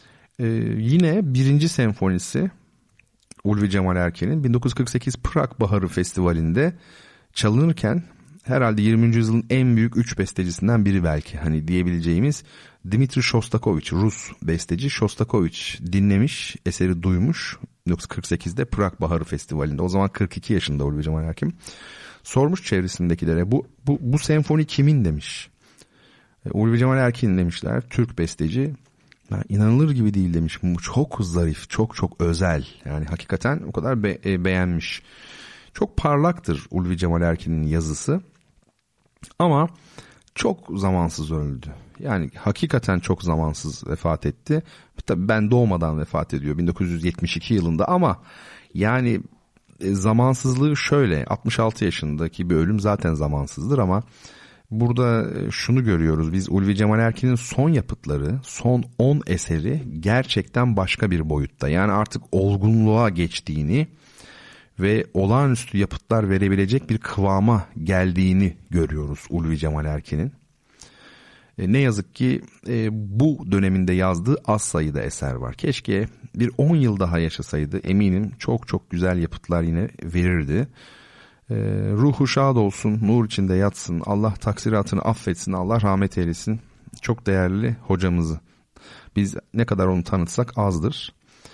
Yine 1. senfonisi Ulvi Cemal Erkin'in 1948 Prag Baharı Festivali'nde çalınırken herhalde 20. yüzyılın en büyük 3 bestecisinden biri belki, hani diyebileceğimiz Dmitri Shostakovich, Rus besteci Shostakovich dinlemiş, eseri duymuş 1948'de Prag Baharı Festivali'nde. O zaman 42 yaşında Ulvi Cemal Erkin. Sormuş çevresindekilere, bu senfoni kimin demiş. Ulvi Cemal Erkin demişler, Türk besteci. İnanılır gibi değil demiş. Çok zarif, çok özel. Yani hakikaten o kadar beğenmiş. Çok parlaktır Ulvi Cemal Erkin'in yazısı. Ama çok zamansız öldü. Yani hakikaten çok zamansız vefat etti. Tabii ben doğmadan vefat ediyor 1972 yılında ama yani zamansızlığı şöyle, 66 yaşındaki bir ölüm zaten zamansızdır ama burada şunu görüyoruz biz, Ulvi Cemal Erkin'in son yapıtları, son 10 eseri gerçekten başka bir boyutta. Yani artık olgunluğa geçtiğini ve olağanüstü yapıtlar verebilecek bir kıvama geldiğini görüyoruz Ulvi Cemal Erkin'in. Ne yazık ki bu döneminde yazdığı az sayıda eser var. Keşke bir 10 yıl daha yaşasaydı, eminim çok güzel yapıtlar yine verirdi. Ruhu şad olsun, nur içinde yatsın, Allah taksiratını affetsin, Allah rahmet eylesin. Çok değerli hocamızı. Biz ne kadar onu tanıtsak azdır.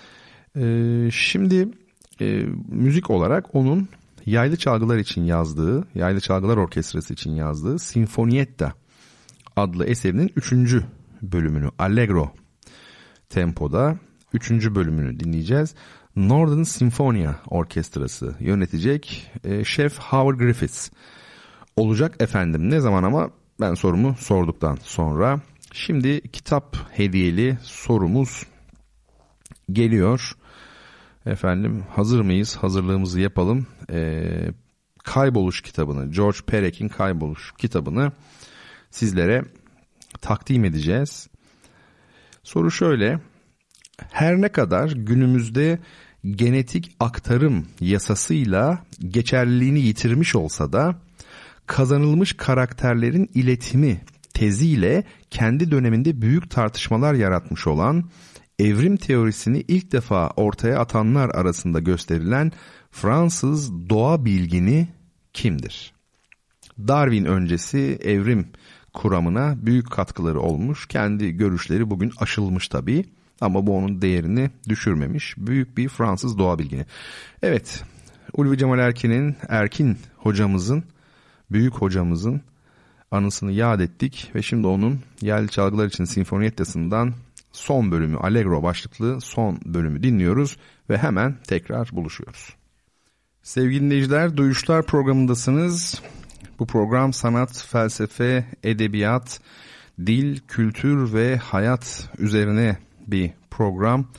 Şimdi müzik olarak onun yaylı çalgılar için yazdığı, yaylı çalgılar orkestrası için yazdığı Sinfonietta adlı eserinin 3. bölümünü, Allegro tempoda 3. bölümünü dinleyeceğiz. Northern Sinfonia Orkestrası yönetecek şef Howard Griffiths olacak efendim. Ne zaman ama ben sorumu sorduktan sonra. Şimdi kitap hediyeli sorumuz geliyor. Efendim hazır mıyız? Hazırlığımızı yapalım. Kayboluş kitabını, George Perek'in Kayboluş kitabını sizlere takdim edeceğiz. Soru şöyle: her ne kadar günümüzde genetik aktarım yasasıyla geçerliliğini yitirmiş olsa da kazanılmış karakterlerin iletimi teziyle kendi döneminde büyük tartışmalar yaratmış olan, evrim teorisini ilk defa ortaya atanlar arasında gösterilen Fransız doğa bilgini kimdir? Darwin öncesi evrim kuramına büyük katkıları olmuş. Kendi görüşleri bugün aşılmış tabii. Ama bu onun değerini düşürmemiş. Büyük bir Fransız doğa bilgini. Evet, Ulvi Cemal Erkin'in, Erkin hocamızın, büyük hocamızın anısını yad ettik. Ve şimdi onun yaylı çalgılar için Sinfoniettası'ndan son bölümü, Allegro başlıklı son bölümü dinliyoruz. Ve hemen tekrar buluşuyoruz. Sevgili dinleyiciler, Duyuşlar programındasınız. Bu program sanat, felsefe, edebiyat, dil, kültür ve hayat üzerine bir program.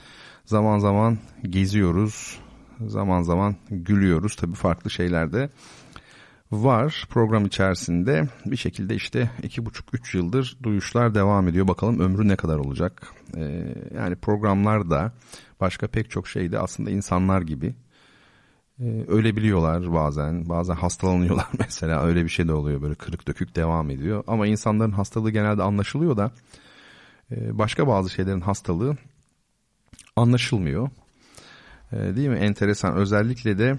Zaman zaman geziyoruz, zaman zaman gülüyoruz. Tabii farklı şeyler de var program içerisinde. Bir şekilde işte 2,5-3 yıldır Duyuşlar devam ediyor. Bakalım ömrü ne kadar olacak? Yani programlar da başka pek çok şey de aslında insanlar gibi. Ölebiliyorlar bazen hastalanıyorlar mesela, öyle bir şey de oluyor, böyle kırık dökük devam ediyor. Ama insanların hastalığı genelde anlaşılıyor da başka bazı şeylerin hastalığı anlaşılmıyor. Değil mi? Enteresan. Özellikle de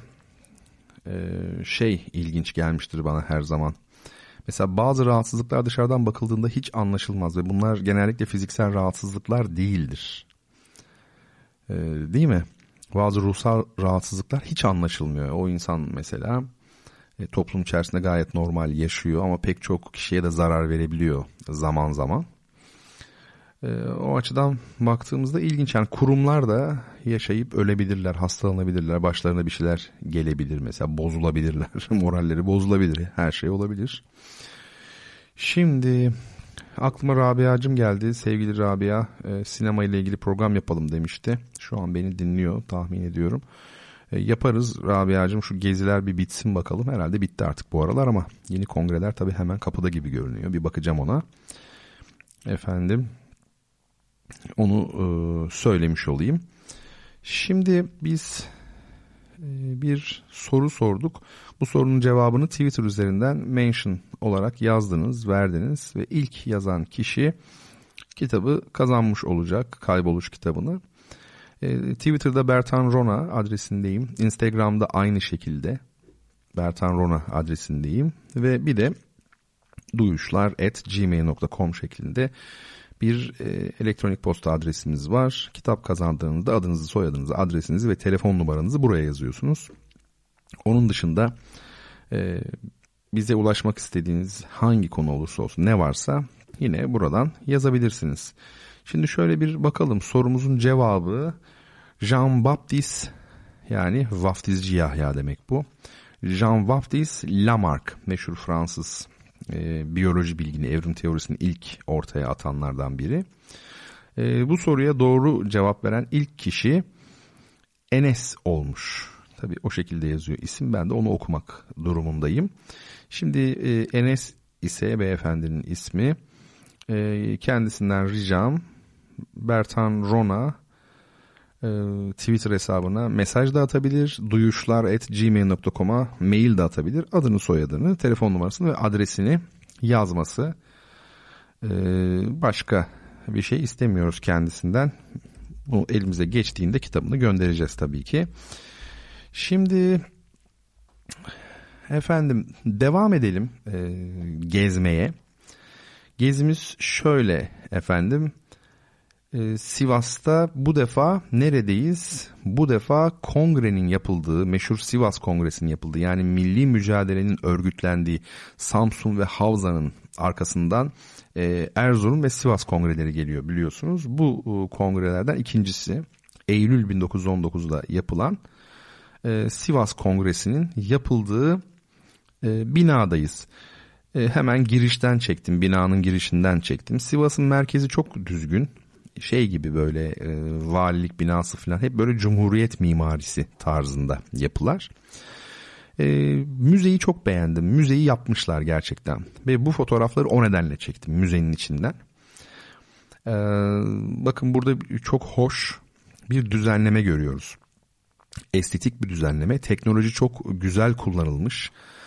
ilginç gelmiştir bana her zaman. Mesela bazı rahatsızlıklar dışarıdan bakıldığında hiç anlaşılmaz ve bunlar genellikle fiziksel rahatsızlıklar değildir. Değil mi? Bazı ruhsal rahatsızlıklar hiç anlaşılmıyor. O insan mesela toplum içerisinde gayet normal yaşıyor ama pek çok kişiye de zarar verebiliyor zaman zaman. O açıdan baktığımızda ilginç. Yani kurumlar da yaşayıp ölebilirler, hastalanabilirler, başlarına bir şeyler gelebilir mesela, bozulabilirler, moralleri bozulabilir, her şey olabilir. Şimdi aklıma Rabia'cığım geldi. Sevgili Rabia, sinema ile ilgili program yapalım demişti. Şu an beni dinliyor tahmin ediyorum. Yaparız Rabia'cığım, şu geziler bir bitsin bakalım. Herhalde bitti artık bu aralar ama yeni kongreler tabii hemen kapıda gibi görünüyor. Bir bakacağım ona. Efendim, onu söylemiş olayım. Şimdi biz bir soru sorduk. Bu sorunun cevabını Twitter üzerinden mention olarak yazdınız, verdiniz ve ilk yazan kişi kitabı kazanmış olacak, Kayboluş kitabını. Twitter'da Bertan Rona adresindeyim. Instagram'da aynı şekilde Bertan Rona adresindeyim ve bir de duyuşlar@gmail.com şeklinde bir elektronik posta adresimiz var. Kitap kazandığınızda adınızı, soyadınızı, adresinizi ve telefon numaranızı buraya yazıyorsunuz. Onun dışında bize ulaşmak istediğiniz hangi konu olursa olsun, ne varsa yine buradan yazabilirsiniz. Şimdi şöyle bir bakalım, sorumuzun cevabı Jean-Baptiste, yani vaftizci Yahya demek bu. Jean-Baptiste Lamarck, meşhur Fransız biyoloji bilgini, evrim teorisini ilk ortaya atanlardan biri. Bu soruya doğru cevap veren ilk kişi Enes olmuş. Tabii o şekilde yazıyor isim, ben de onu okumak durumundayım. Şimdi Enes ise beyefendinin ismi. Kendisinden ricam Bertan Rona Twitter hesabına mesaj da atabilir, duyuşlar@gmail.com'a mail de atabilir, adını, soyadını, telefon numarasını ve adresini yazması. Başka bir şey istemiyoruz kendisinden. Bu elimize geçtiğinde kitabını göndereceğiz tabii ki. Şimdi efendim devam edelim gezmeye. Gezimiz şöyle efendim. Sivas'ta bu defa neredeyiz? Bu defa kongrenin yapıldığı, meşhur Sivas Kongresi'nin yapıldığı, yani milli mücadelenin örgütlendiği Samsun ve Havza'nın arkasından Erzurum ve Sivas kongreleri geliyor biliyorsunuz. Bu kongrelerden ikincisi Eylül 1919'da yapılan Sivas Kongresi'nin yapıldığı binadayız. Hemen girişten çektim, binanın girişinden çektim. Sivas'ın merkezi çok düzgün. Şey gibi böyle valilik binası falan, hep böyle Cumhuriyet mimarisi tarzında yapılar. Müzeyi çok beğendim. Müzeyi yapmışlar gerçekten. Ve bu fotoğrafları o nedenle çektim müzenin içinden. Bakın burada çok hoş bir düzenleme görüyoruz. Estetik bir düzenleme. Teknoloji çok güzel kullanılmış.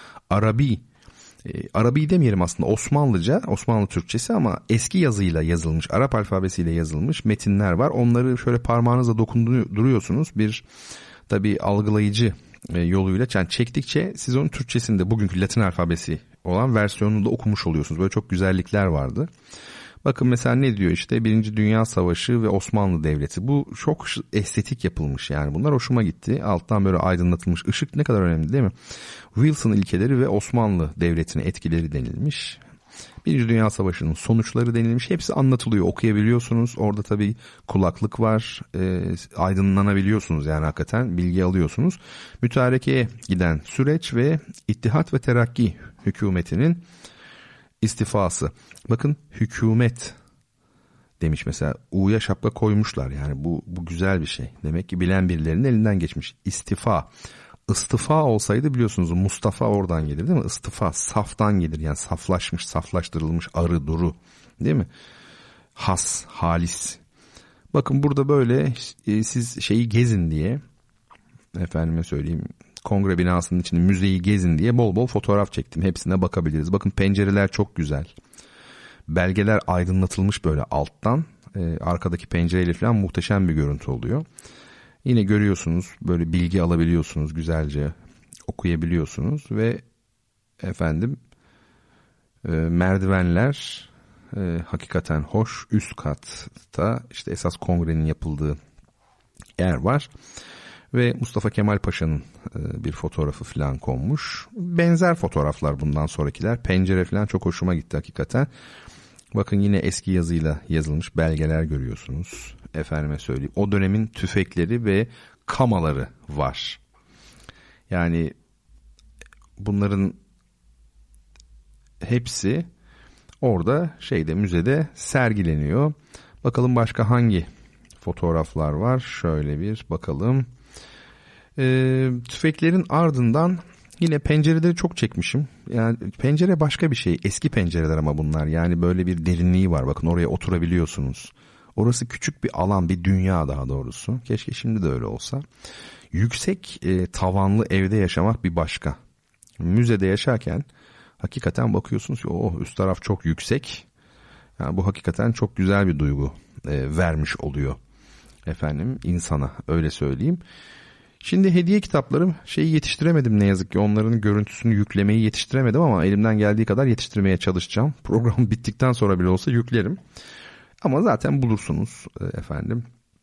Arabi demeyelim aslında, Osmanlıca, Osmanlı Türkçesi ama eski yazıyla yazılmış, Arap alfabesiyle yazılmış metinler var. Onları şöyle parmağınızla dokunduruyorsunuz. Bir tabii algılayıcı yoluyla, yani çektikçe siz onun Türkçesinde bugünkü Latin alfabesi olan versiyonunu da okumuş oluyorsunuz. Böyle çok güzellikler vardı. Bakın mesela ne diyor işte, Birinci Dünya Savaşı ve Osmanlı Devleti. Bu çok estetik yapılmış, yani bunlar hoşuma gitti. Alttan böyle aydınlatılmış. Işık ne kadar önemli değil mi? Wilson ilkeleri ve Osmanlı Devleti'ne etkileri denilmiş. Birinci Dünya Savaşı'nın sonuçları denilmiş. Hepsi anlatılıyor, okuyabiliyorsunuz. Orada tabii kulaklık var. Aydınlanabiliyorsunuz, yani hakikaten bilgi alıyorsunuz. Mütarekeye giden süreç ve İttihat ve Terakki hükümetinin istifası. Bakın hükümet demiş mesela. U'ya şapka koymuşlar, yani bu güzel bir şey. Demek ki bilen birilerinin elinden geçmiş. İstifa. İstifa olsaydı biliyorsunuz Mustafa oradan gelir değil mi? İstifa saftan gelir, yani saflaşmış, saflaştırılmış, arı, duru değil mi? Has, halis. Bakın burada böyle siz şeyi gezin diye, efendime söyleyeyim, kongre binasının içinde müzeyi gezin diye bol bol fotoğraf çektim. Hepsine bakabiliriz. Bakın pencereler çok güzel. Belgeler aydınlatılmış böyle alttan. Arkadaki pencereyle falan muhteşem bir görüntü oluyor. Yine görüyorsunuz, böyle bilgi alabiliyorsunuz, güzelce okuyabiliyorsunuz ve efendim merdivenler hakikaten hoş. Üst katta işte esas kongrenin yapıldığı yer var. Ve Mustafa Kemal Paşa'nın bir fotoğrafı falan konmuş. Benzer fotoğraflar bundan sonrakiler. Pencere falan çok hoşuma gitti hakikaten. Bakın yine eski yazıyla yazılmış belgeler görüyorsunuz. Efendime söyleyeyim, o dönemin tüfekleri ve kamaları var. Yani bunların hepsi orada müzede sergileniyor. Bakalım başka hangi fotoğraflar var? Şöyle bir bakalım. Tüfeklerin ardından yine pencereleri çok çekmişim. Yani pencere başka bir şey. Eski pencereler ama bunlar. Yani böyle bir derinliği var. Bakın oraya oturabiliyorsunuz. Orası küçük bir alan, bir dünya daha doğrusu. Keşke şimdi de öyle olsa. Yüksek tavanlı evde yaşamak bir başka. Müzede yaşarken hakikaten bakıyorsunuz ki üst taraf çok yüksek. Yani bu hakikaten çok güzel bir duygu vermiş oluyor efendim insana, öyle söyleyeyim. Şimdi hediye kitaplarım yetiştiremedim ne yazık ki, onların görüntüsünü yüklemeyi yetiştiremedim ama elimden geldiği kadar yetiştirmeye çalışacağım. Program bittikten sonra bile olsa yüklerim. Ama zaten bulursunuz efendim.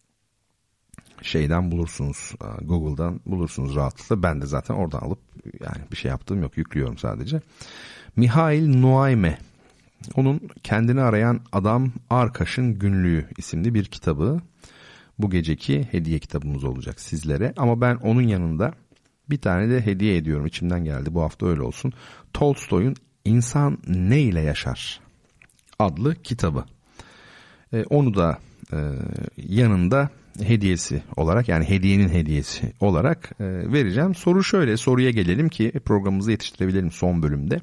Bulursunuz, Google'dan bulursunuz rahatlıkla. Ben de zaten oradan alıp, yani bir şey yaptığım yok, yüklüyorum sadece. Mihail Nuayme, onun Kendini Arayan Adam Arkaş'ın Günlüğü isimli bir kitabı. Bu geceki hediye kitabımız olacak sizlere. Ama ben onun yanında bir tane de hediye ediyorum. İçimden geldi, bu hafta öyle olsun. Tolstoy'un İnsan Ne ile Yaşar adlı kitabı. Onu da yanında hediyesi olarak, yani hediyenin hediyesi olarak vereceğim. Soru şöyle, soruya gelelim ki programımızı yetiştirebilelim son bölümde.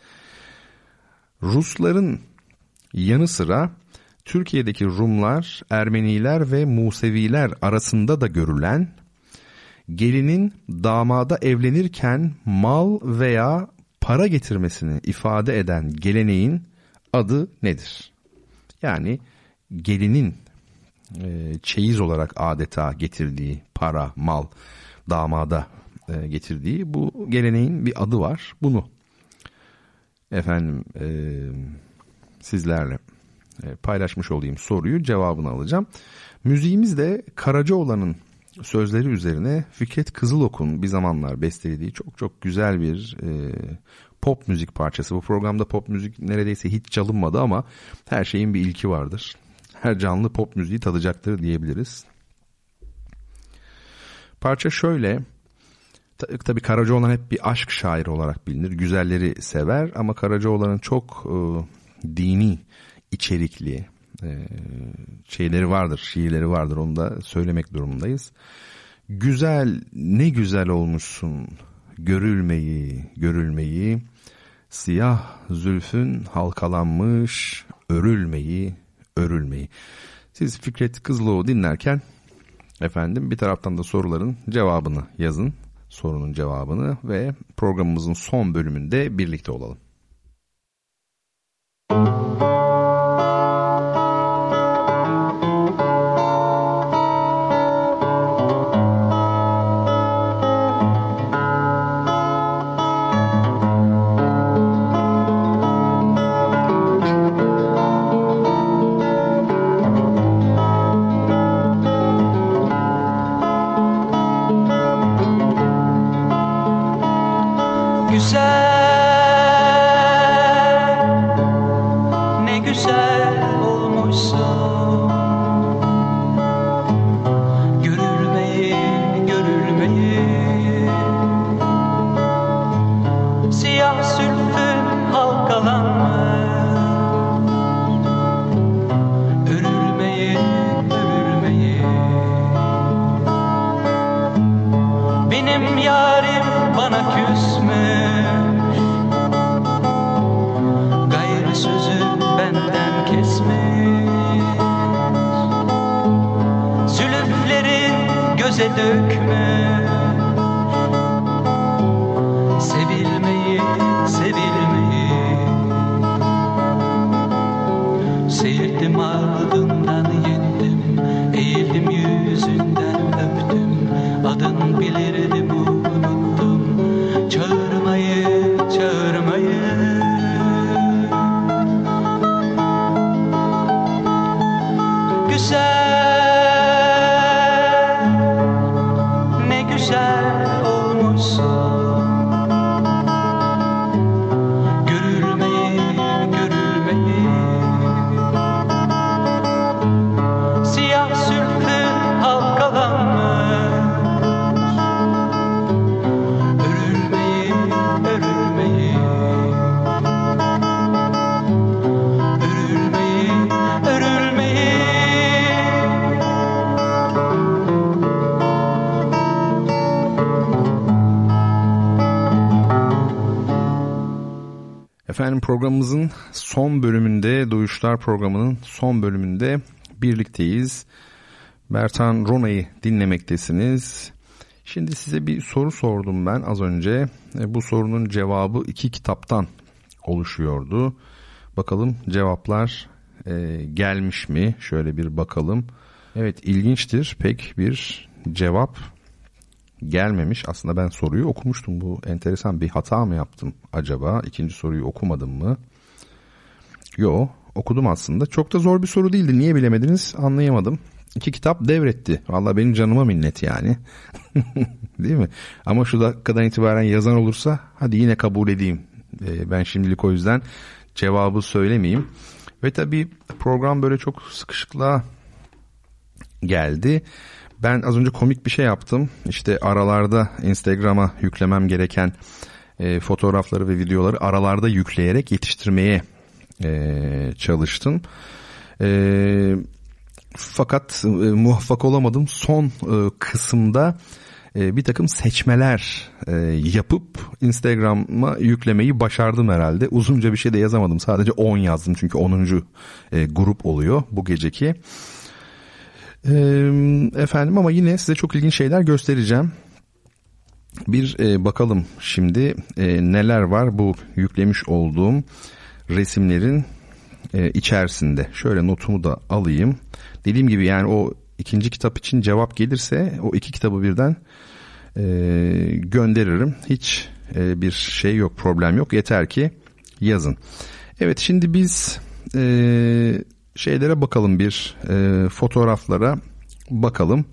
Rusların yanı sıra Türkiye'deki Rumlar, Ermeniler ve Museviler arasında da görülen gelinin damada evlenirken mal veya para getirmesini ifade eden geleneğin adı nedir? Yani gelinin çeyiz olarak adeta getirdiği para, mal, damada getirdiği bu geleneğin bir adı var. Bunu efendim sizlerle paylaşmış olayım, soruyu, cevabını alacağım. Müziğimiz de Karacaoğlan'ın sözleri üzerine Fikret Kızılok'un bir zamanlar bestelediği çok çok güzel bir pop müzik parçası. Bu programda pop müzik neredeyse hiç çalınmadı ama her şeyin bir ilki vardır. Her canlı pop müziği tadacaktır diyebiliriz. Parça şöyle. Tabii Karacaoğlan hep bir aşk şairi olarak bilinir. Güzelleri sever ama Karacaoğlan'ın çok dini içerikli şeyleri vardır, şiirleri vardır. Onu da söylemek durumundayız. Güzel, ne güzel olmuşsun görülmeyi, görülmeyi, siyah zülfün halkalanmış örülmeyi, örülmeyi. Siz Fikret Kızılok'u dinlerken efendim bir taraftan da soruların cevabını yazın. Sorunun cevabını ve programımızın son bölümünde birlikte olalım. Örülmeyi küsmüş, gayrı sözü benden kesmiş, zülüflerin göze dökmüş, sevilmeyi, sevilmeyi. Seyirdim ardından yendim, eğildim yüzünden öptüm, adın bilirdim unuttum, çağırmayı, çağırmayı. Güzel, ne güzel olmuşsun, görülmeyi, görülmeyi. Siyah sülfü halkalanmış, örülmeyi, örülmeyi, örülmeyi, örülmeyi. Efendim programımızın son bölümünde, Duyuşlar programının son bölümünde birlikteyiz. Bertan Rona'yı dinlemektesiniz. Şimdi size bir soru sordum ben az önce. Bu sorunun cevabı 2 kitaptan oluşuyordu. Bakalım cevaplar gelmiş mi? Şöyle bir bakalım. Evet, ilginçtir. Pek bir cevap gelmemiş. Aslında ben soruyu okumuştum. Bu enteresan, bir hata mı yaptım acaba? İkinci soruyu okumadım mı? Yo, okudum aslında. Çok da zor bir soru değildi. Niye bilemediniz anlayamadım. 2 kitap devretti. Vallahi benim canıma minnet yani. Değil mi? Ama şu dakikadan itibaren yazan olursa hadi yine kabul edeyim. Ben şimdilik o yüzden cevabı söylemeyeyim. Ve tabii program böyle çok sıkışıklığa geldi. Ben az önce komik bir şey yaptım. İşte aralarda Instagram'a yüklemem gereken fotoğrafları ve videoları aralarda yükleyerek yetiştirmeye çalıştım. Fakat muvaffak olamadım. Son kısımda bir takım seçmeler yapıp Instagram'a yüklemeyi başardım herhalde. Uzunca bir şey de yazamadım. Sadece 10 yazdım çünkü 10. grup oluyor bu geceki. Efendim ama yine size çok ilginç şeyler göstereceğim. Bir bakalım şimdi neler var bu yüklemiş olduğum resimlerin içerisinde. Şöyle notumu da alayım. Dediğim gibi yani o 2. kitap için cevap gelirse o 2 kitabı birden gönderirim. Hiç bir şey yok, problem yok. Yeter ki yazın. Evet, şimdi biz şeylere bakalım, bir fotoğraflara bakalım.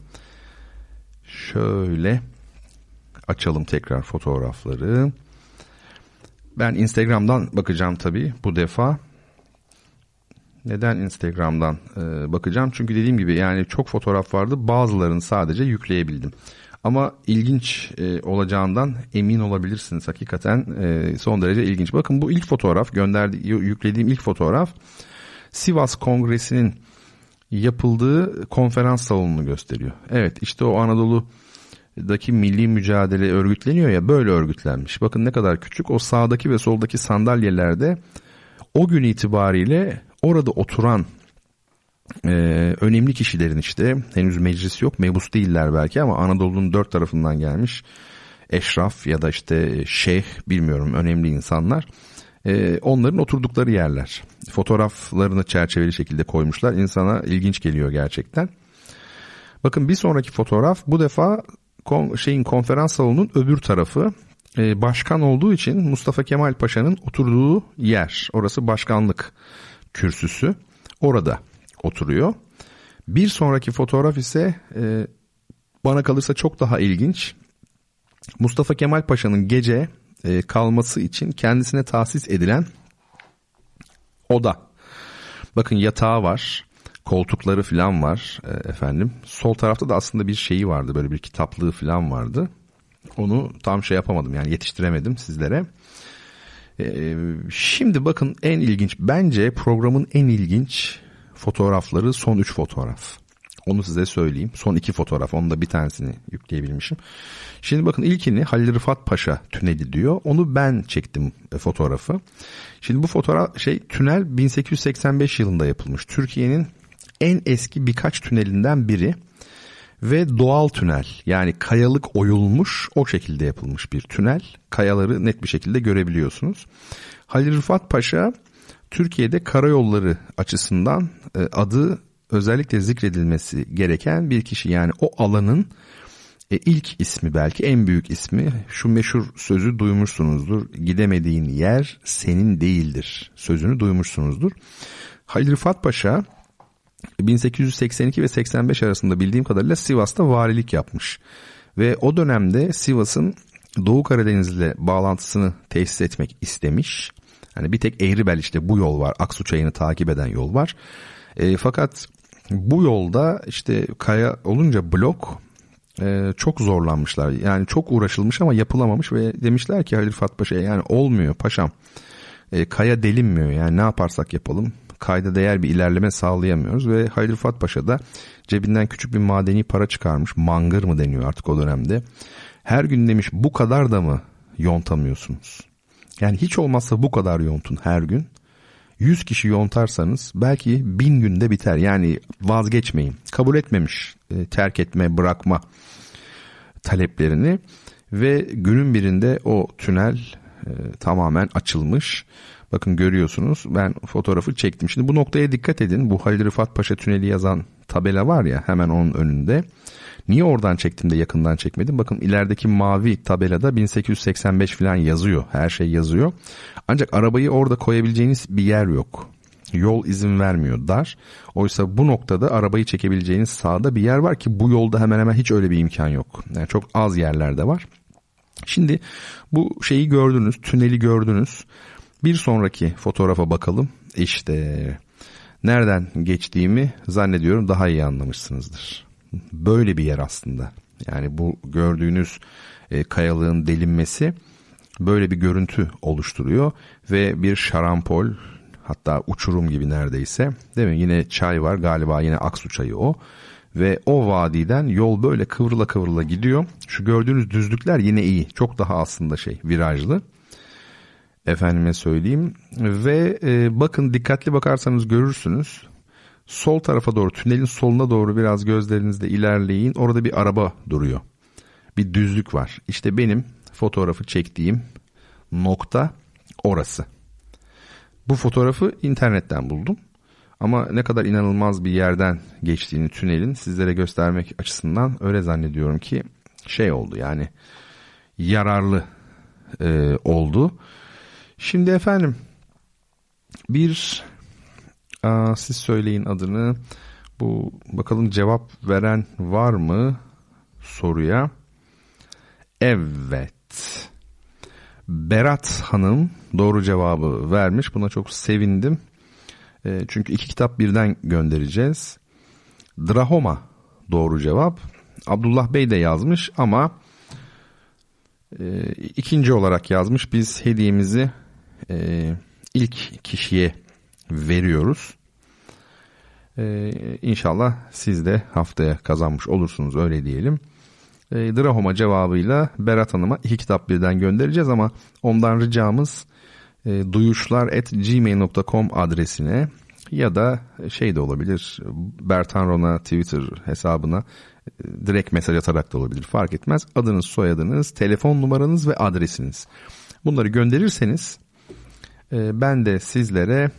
Şöyle açalım tekrar fotoğrafları. Ben Instagram'dan bakacağım tabii bu defa. Neden Instagram'dan bakacağım? Çünkü dediğim gibi yani çok fotoğraf vardı. Bazılarını sadece yükleyebildim. Ama ilginç olacağından emin olabilirsiniz. Hakikaten son derece ilginç. Bakın bu ilk fotoğraf, yüklediğim ilk fotoğraf Sivas Kongresi'nin yapıldığı konferans salonunu gösteriyor. Evet, işte o Anadolu'daki milli mücadele örgütleniyor ya, böyle örgütlenmiş. Bakın ne kadar küçük. O sağdaki ve soldaki sandalyelerde o gün itibariyle orada oturan önemli kişilerin, işte henüz meclis yok, mebus değiller belki ama Anadolu'nun 4 tarafından gelmiş eşraf ya da işte şeyh, bilmiyorum, önemli insanlar. Onların oturdukları yerler. Fotoğraflarını çerçeveli şekilde koymuşlar. İnsana ilginç geliyor gerçekten. Bakın bir sonraki fotoğraf, bu defa konferans salonunun öbür tarafı. Başkan olduğu için Mustafa Kemal Paşa'nın oturduğu yer. Orası başkanlık kürsüsü. Orada oturuyor. Bir sonraki fotoğraf ise bana kalırsa çok daha ilginç. Mustafa Kemal Paşa'nın gece kalması için kendisine tahsis edilen oda. Bakın yatağı var, koltukları falan var efendim. Sol tarafta da aslında bir şeyi vardı, böyle bir kitaplığı falan vardı. Onu tam şey yapamadım, yani yetiştiremedim sizlere. Şimdi bakın en ilginç, bence programın en ilginç fotoğrafları son 3 fotoğraf. Onu size söyleyeyim. Son 2 fotoğraf. Onun da bir tanesini yükleyebilmişim. Şimdi bakın ilkini Halil Rıfat Paşa tüneli diyor. Onu ben çektim fotoğrafı. Şimdi bu fotoğraf tünel 1885 yılında yapılmış. Türkiye'nin en eski birkaç tünelinden biri. Ve doğal tünel, yani kayalık oyulmuş, o şekilde yapılmış bir tünel. Kayaları net bir şekilde görebiliyorsunuz. Halil Rıfat Paşa Türkiye'de karayolları açısından adı özellikle zikredilmesi gereken bir kişi. Yani o alanın ilk ismi, belki en büyük ismi. Şu meşhur sözü duymuşsunuzdur. Gidemediğin yer senin değildir sözünü duymuşsunuzdur. Halil Rıfat Paşa 1882 ve 85 arasında bildiğim kadarıyla Sivas'ta valilik yapmış. Ve o dönemde Sivas'ın Doğu Karadeniz'le bağlantısını tesis etmek istemiş. Hani bir tek Eğribel, işte bu yol var. Aksu Çayı'nı takip eden yol var. Fakat bu yolda işte kaya olunca blok çok zorlanmışlar. Yani çok uğraşılmış ama yapılamamış ve demişler ki Halil Rıfat Paşa'ya, yani olmuyor paşam. Kaya delinmiyor, yani ne yaparsak yapalım kayda değer bir ilerleme sağlayamıyoruz. Ve Halil Rıfat Paşa da cebinden küçük bir madeni para çıkarmış. Mangır mı deniyor artık o dönemde. Her gün demiş, bu kadar da mı yontamıyorsunuz? Yani hiç olmazsa bu kadar yontun her gün. 100 kişi yontarsanız belki 1000 günde biter. Yani vazgeçmeyin. Kabul etmemiş terk etme, bırakma taleplerini. Ve günün birinde o tünel tamamen açılmış. Bakın görüyorsunuz, ben fotoğrafı çektim. Şimdi bu noktaya dikkat edin. Bu Halil Rıfat Paşa Tüneli yazan tabela var ya, hemen onun önünde. Niye oradan çektim de yakından çekmedim? Bakın ilerideki mavi tabelada 1885 falan yazıyor. Her şey yazıyor. Ancak arabayı orada koyabileceğiniz bir yer yok. Yol izin vermiyor, dar. Oysa bu noktada arabayı çekebileceğiniz sağda bir yer var ki bu yolda hemen hemen hiç öyle bir imkan yok. Yani çok az yerlerde var. Şimdi bu şeyi gördünüz, tüneli gördünüz. Bir sonraki fotoğrafa bakalım. İşte nereden geçtiğimi zannediyorum daha iyi anlamışsınızdır. Böyle bir yer aslında. Yani bu gördüğünüz kayalığın delinmesi böyle bir görüntü oluşturuyor. Ve bir şarampol, hatta uçurum gibi neredeyse. Değil mi? Yine çay var galiba, yine Aksu Çayı o. Ve o vadiden yol böyle kıvrıla kıvrıla gidiyor. Şu gördüğünüz düzlükler yine iyi. Çok daha aslında virajlı. Efendime söyleyeyim. Ve bakın, dikkatli bakarsanız görürsünüz. Sol tarafa doğru, tünelin soluna doğru biraz gözlerinizle ilerleyin. Orada bir araba duruyor. Bir düzlük var. İşte benim fotoğrafı çektiğim nokta orası. Bu fotoğrafı internetten buldum. Ama ne kadar inanılmaz bir yerden geçtiğini tünelin sizlere göstermek açısından öyle zannediyorum ki oldu, yani yararlı oldu. Şimdi efendim siz söyleyin adını. Bu bakalım cevap veren var mı soruya? Evet. Berat Hanım doğru cevabı vermiş. Buna çok sevindim. Çünkü 2 kitap birden göndereceğiz. Drahoma doğru cevap. Abdullah Bey de yazmış ama ikinci olarak yazmış. Biz hediyemizi ilk kişiye veriyoruz. İnşallah siz de haftaya kazanmış olursunuz, öyle diyelim. Drahoma cevabıyla Berat Hanım'a 2 kitap birden göndereceğiz ama ondan ricamız duyuşlar@gmail.com adresine ya da de olabilir, Bertan Rona Twitter hesabına direkt mesaj atarak da olabilir, fark etmez. Adınız, soyadınız, telefon numaranız ve adresiniz. Bunları gönderirseniz ben de sizlere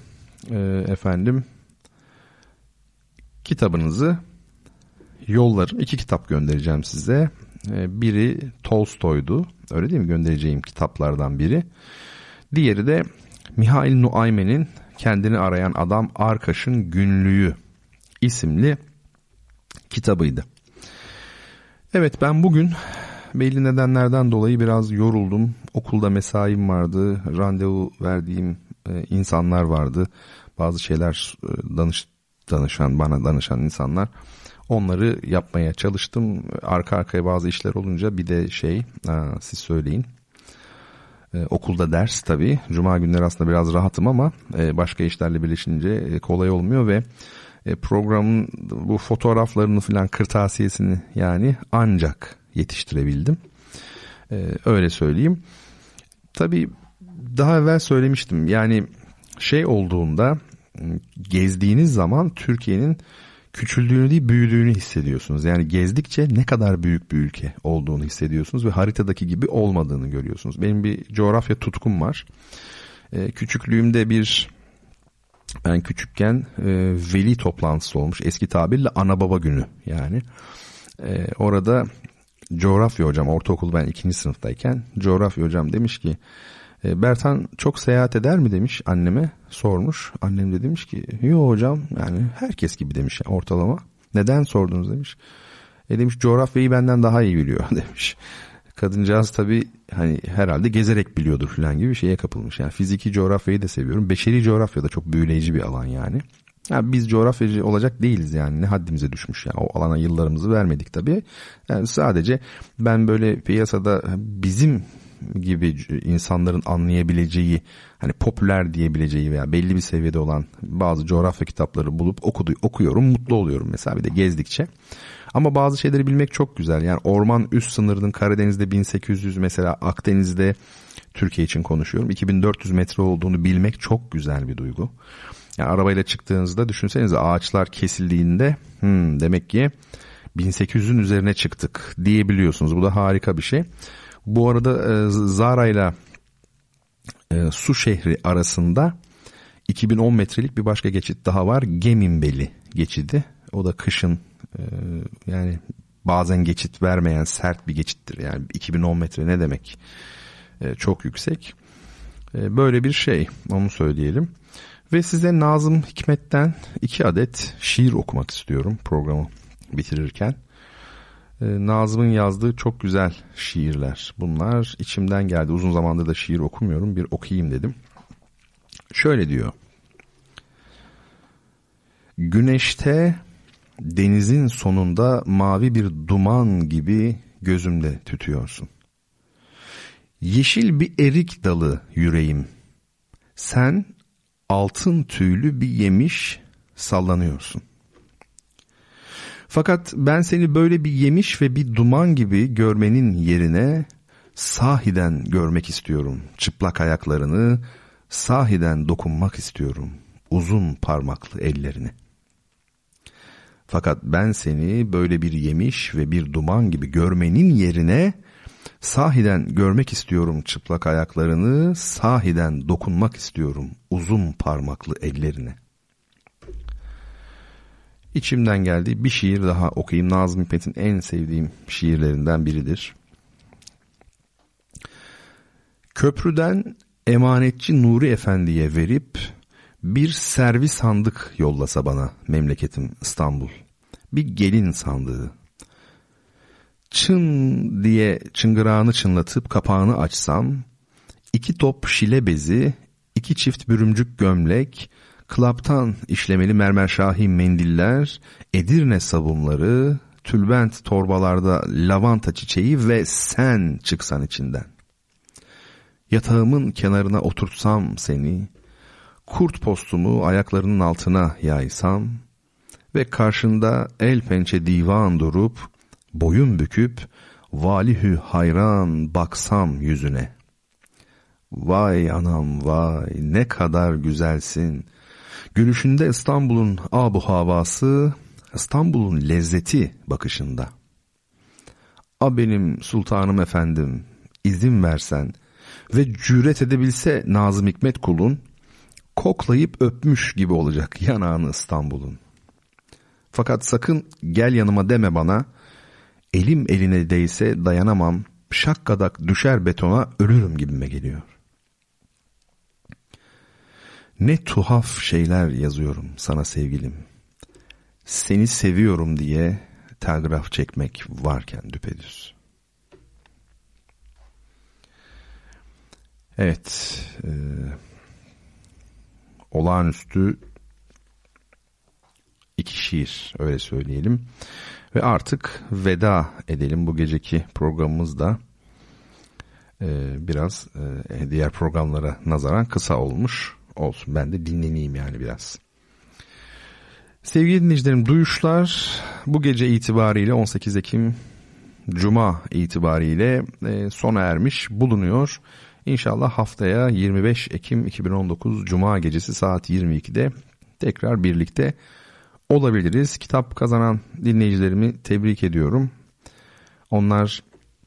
kitabınızı yollarım. 2 kitap göndereceğim size. Biri Tolstoy'du, öyle değil mi? Göndereceğim kitaplardan biri. Diğeri de Mihail Nuaymen'in Kendini Arayan Adam Arkaş'ın Günlüğü isimli kitabıydı. Evet, ben bugün belli nedenlerden dolayı biraz yoruldum. Okulda mesaim vardı, randevu verdiğim insanlar vardı. Bazı şeyler bana danışan insanlar. Onları yapmaya çalıştım. Arka arkaya bazı işler olunca bir de siz söyleyin. Okulda ders tabii. Cuma günleri aslında biraz rahatım ama başka işlerle birleşince kolay olmuyor ve Programın bu fotoğraflarını filan, kırtasiyesini yani ancak yetiştirebildim. Öyle söyleyeyim. Tabii daha evvel söylemiştim. Yani şey olduğunda, gezdiğiniz zaman Türkiye'nin küçüldüğünü değil büyüdüğünü hissediyorsunuz. Yani gezdikçe ne kadar büyük bir ülke olduğunu hissediyorsunuz ve haritadaki gibi olmadığını görüyorsunuz. Benim bir coğrafya tutkum var. Küçüklüğümde ben küçükken veli toplantısı olmuş. Eski tabirle ana baba günü yani. Orada coğrafya hocam, ortaokul ben 2. sınıftayken coğrafya hocam demiş ki Bertan çok seyahat eder mi demiş, anneme sormuş. Annem de demiş ki yo hocam, yani herkes gibi demiş ortalama. Neden sordunuz demiş. Demiş coğrafyayı benden daha iyi biliyor demiş. Kadıncağız tabii hani herhalde gezerek biliyordur falan gibi bir şeye kapılmış. Yani fiziki coğrafyayı da seviyorum. Beşeri coğrafya da çok büyüleyici bir alan yani. Yani biz coğrafyacı olacak değiliz yani, ne haddimize düşmüş yani, o alana yıllarımızı vermedik tabii. Yani sadece ben böyle piyasada bizim gibi insanların anlayabileceği, hani popüler diyebileceği veya belli bir seviyede olan bazı coğrafya kitapları bulup okuyorum, mutlu oluyorum mesela, bir de gezdikçe. Ama bazı şeyleri bilmek çok güzel. Yani orman üst sınırının Karadeniz'de 1800, mesela Akdeniz'de, Türkiye için konuşuyorum, 2400 metre olduğunu bilmek çok güzel bir duygu. Yani arabayla çıktığınızda düşünsenize, ağaçlar kesildiğinde demek ki 1800'ün üzerine çıktık diyebiliyorsunuz. Bu da harika bir şey. Bu arada Zara ile Su şehri arasında 2010 metrelik bir başka geçit daha var. Geminbeli geçidi. O da kışın yani bazen geçit vermeyen sert bir geçittir. Yani 2010 metre ne demek? Çok yüksek. Böyle bir şey, onu söyleyelim. Ve size Nazım Hikmet'ten 2 adet şiir okumak istiyorum programı bitirirken. Nazım'ın yazdığı çok güzel şiirler bunlar. İçimden geldi. Uzun zamandır da şiir okumuyorum. Bir okuyayım dedim. Şöyle diyor. Güneşte, denizin sonunda mavi bir duman gibi gözümde tütüyorsun. Yeşil bir erik dalı yüreğim. Sen altın tüylü bir yemiş sallanıyorsun. Fakat ben seni böyle bir yemiş ve bir duman gibi görmenin yerine sahiden görmek istiyorum. Çıplak ayaklarını, sahiden dokunmak istiyorum uzun parmaklı ellerini. Fakat ben seni böyle bir yemiş ve bir duman gibi görmenin yerine sahiden görmek istiyorum çıplak ayaklarını, sahiden dokunmak istiyorum uzun parmaklı ellerine. İçimden geldiği bir şiir daha okuyayım. Nazım Hikmet'in en sevdiğim şiirlerinden biridir. Köprüden emanetçi Nuri Efendi'ye verip bir servis sandık yollasa bana memleketim İstanbul. Bir gelin sandığı. Çın diye çıngırağını çınlatıp kapağını açsam, 2 top şile bezi, 2 çift bürümcük gömlek, klaptan işlemeli mermerşahi mendiller, Edirne sabunları, tülbent torbalarda lavanta çiçeği ve sen çıksan içinden. Yatağımın kenarına oturtsam seni, kurt postumu ayaklarının altına yaysam ve karşında el pençe divan durup, boyun büküp, valihü hayran baksam yüzüne. Vay anam vay, ne kadar güzelsin. Gülüşünde İstanbul'un abu havası, İstanbul'un lezzeti bakışında. A benim sultanım efendim, izin versen ve cüret edebilse Nazım Hikmet kulun, koklayıp öpmüş gibi olacak yanağını İstanbul'un. Fakat sakın gel yanıma deme bana, elim eline değse dayanamam, şakkadak düşer betona, ölürüm gibime geliyor. Ne tuhaf şeyler yazıyorum sana sevgilim. Seni seviyorum diye telgraf çekmek varken düpedüz. Evet, olağanüstü 2 şiir, öyle söyleyelim. Ve artık veda edelim. Bu geceki programımız da biraz diğer programlara nazaran kısa olmuş. Olsun, ben de dinleneyim yani biraz. Sevgili dinleyicilerim, Duyuşlar bu gece itibariyle 18 Ekim Cuma itibariyle sona ermiş bulunuyor. İnşallah haftaya 25 Ekim 2019 Cuma gecesi saat 22'de tekrar birlikte olabiliriz. Kitap kazanan dinleyicilerimi tebrik ediyorum. Onlar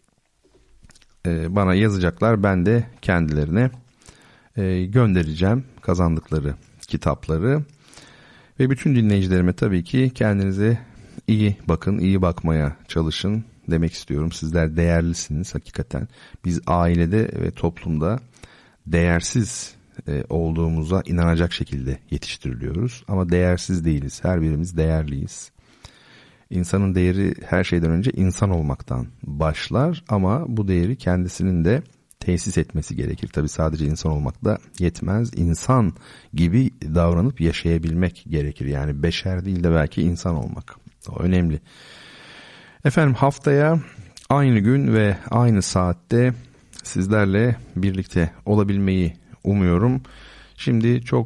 bana yazacaklar, ben de kendilerine göndereceğim kazandıkları kitapları. Ve bütün dinleyicilerime tabii ki kendinize iyi bakın, iyi bakmaya çalışın demek istiyorum. Sizler değerlisiniz hakikaten. Biz ailede ve toplumda değersiz olduğumuza inanacak şekilde yetiştiriliyoruz. Ama değersiz değiliz. Her birimiz değerliyiz. İnsanın değeri her şeyden önce insan olmaktan başlar ama bu değeri kendisinin de tesis etmesi gerekir. Tabii sadece insan olmak da yetmez. İnsan gibi davranıp yaşayabilmek gerekir. Yani beşer değil de belki insan olmak. O önemli. Efendim, haftaya aynı gün ve aynı saatte sizlerle birlikte olabilmeyi umuyorum. Şimdi çok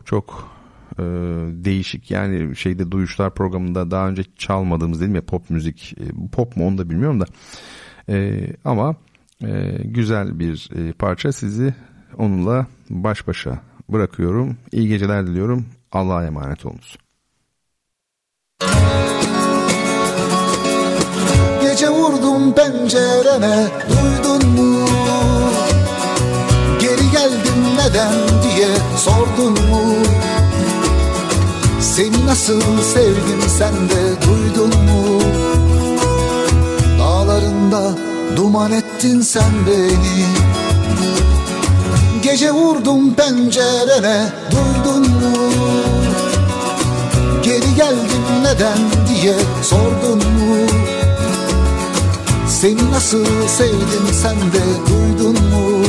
değişik, yani Duyuşlar programında daha önce çalmadığımız, dedim ya, pop müzik, pop mu onu da bilmiyorum da ama güzel bir parça, sizi onunla baş başa bırakıyorum. İyi geceler diliyorum. Allah'a emanet olunuz. Gece vurdum pencerene, duydun mu? Geri geldim neden diye sordun mu? Seni nasıl sevdim sen de duydun mu? Dağlarında duman ettin sen beni. Gece vurdum pencerene, duydun mu? Geri geldim neden diye sordun mu? Seni nasıl sevdim sen de duydun mu?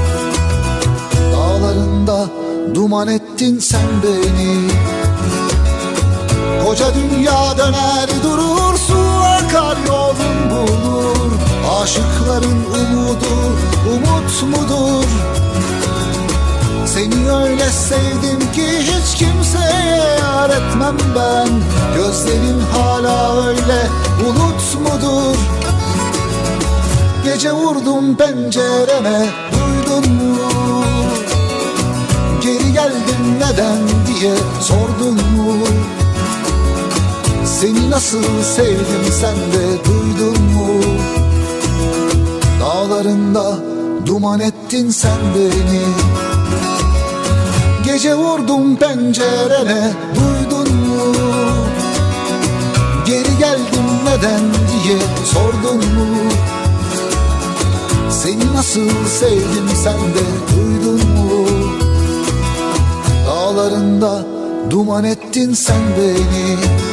Dağlarında duman ettin sen beni. Koca dünya döner durur, su akar yolun bulur. Aşıkların umudu umut mudur? Seni öyle sevdim ki hiç kimseye yar etmem ben. Gözlerin hala öyle bulut mudur? Gece vurdum pencerene, duydun mu? Geri geldim neden diye sordun mu? Seni nasıl sevdim sen de duydun mu? Dağlarında duman ettin sen beni. Gece vurdum pencerene, duydun mu? Geri geldim neden diye sordun mu? Seni nasıl sevdim sen de duydun mu? Dağlarında duman ettin sen beni.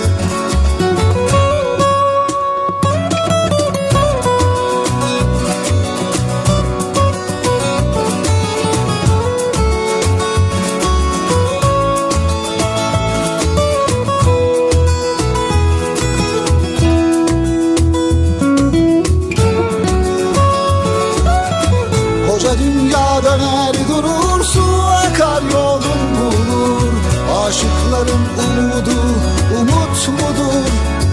Döner durur, su akar yolun bulur. Aşıkların umudu umut mudur?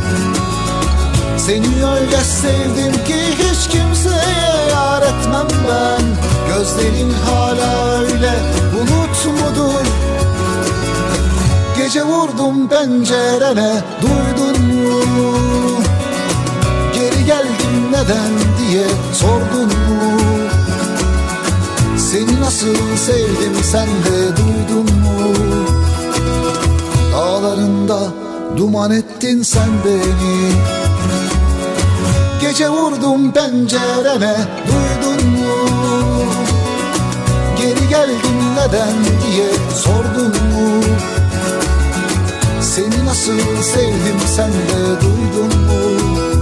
Seni öyle sevdim ki hiç kimseye yar etmem ben. Gözlerin hala öyle bulut mudur? Gece vurdum pencerene, duydun mu? Geri geldim neden diye sordun mu? Seni nasıl sevdim sen de duydun mu? Dağlarında duman ettin sen beni. Gece vurdum pencerene, duydun mu? Geri geldim neden diye sordun mu? Seni nasıl sevdim sen de duydun mu?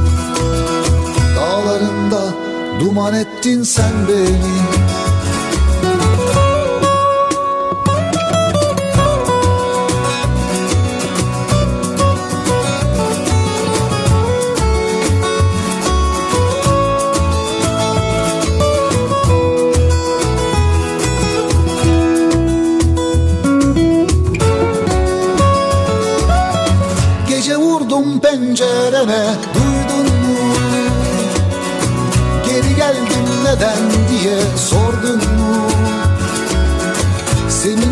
Dağlarında duman ettin sen beni.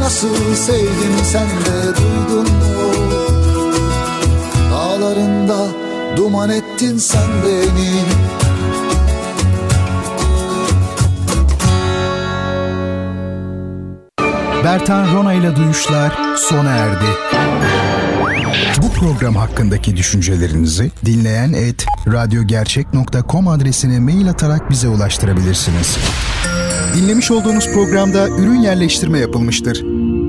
nasıl sevdim sen de duydun mu? Dağlarında duman ettin sen beni. Bertan Rona ile Duyuşlar sona erdi. Bu program hakkındaki düşüncelerinizi dinleyen@radyogercek.com adresine mail atarak bize ulaştırabilirsiniz. Dinlemiş olduğunuz programda ürün yerleştirme yapılmıştır.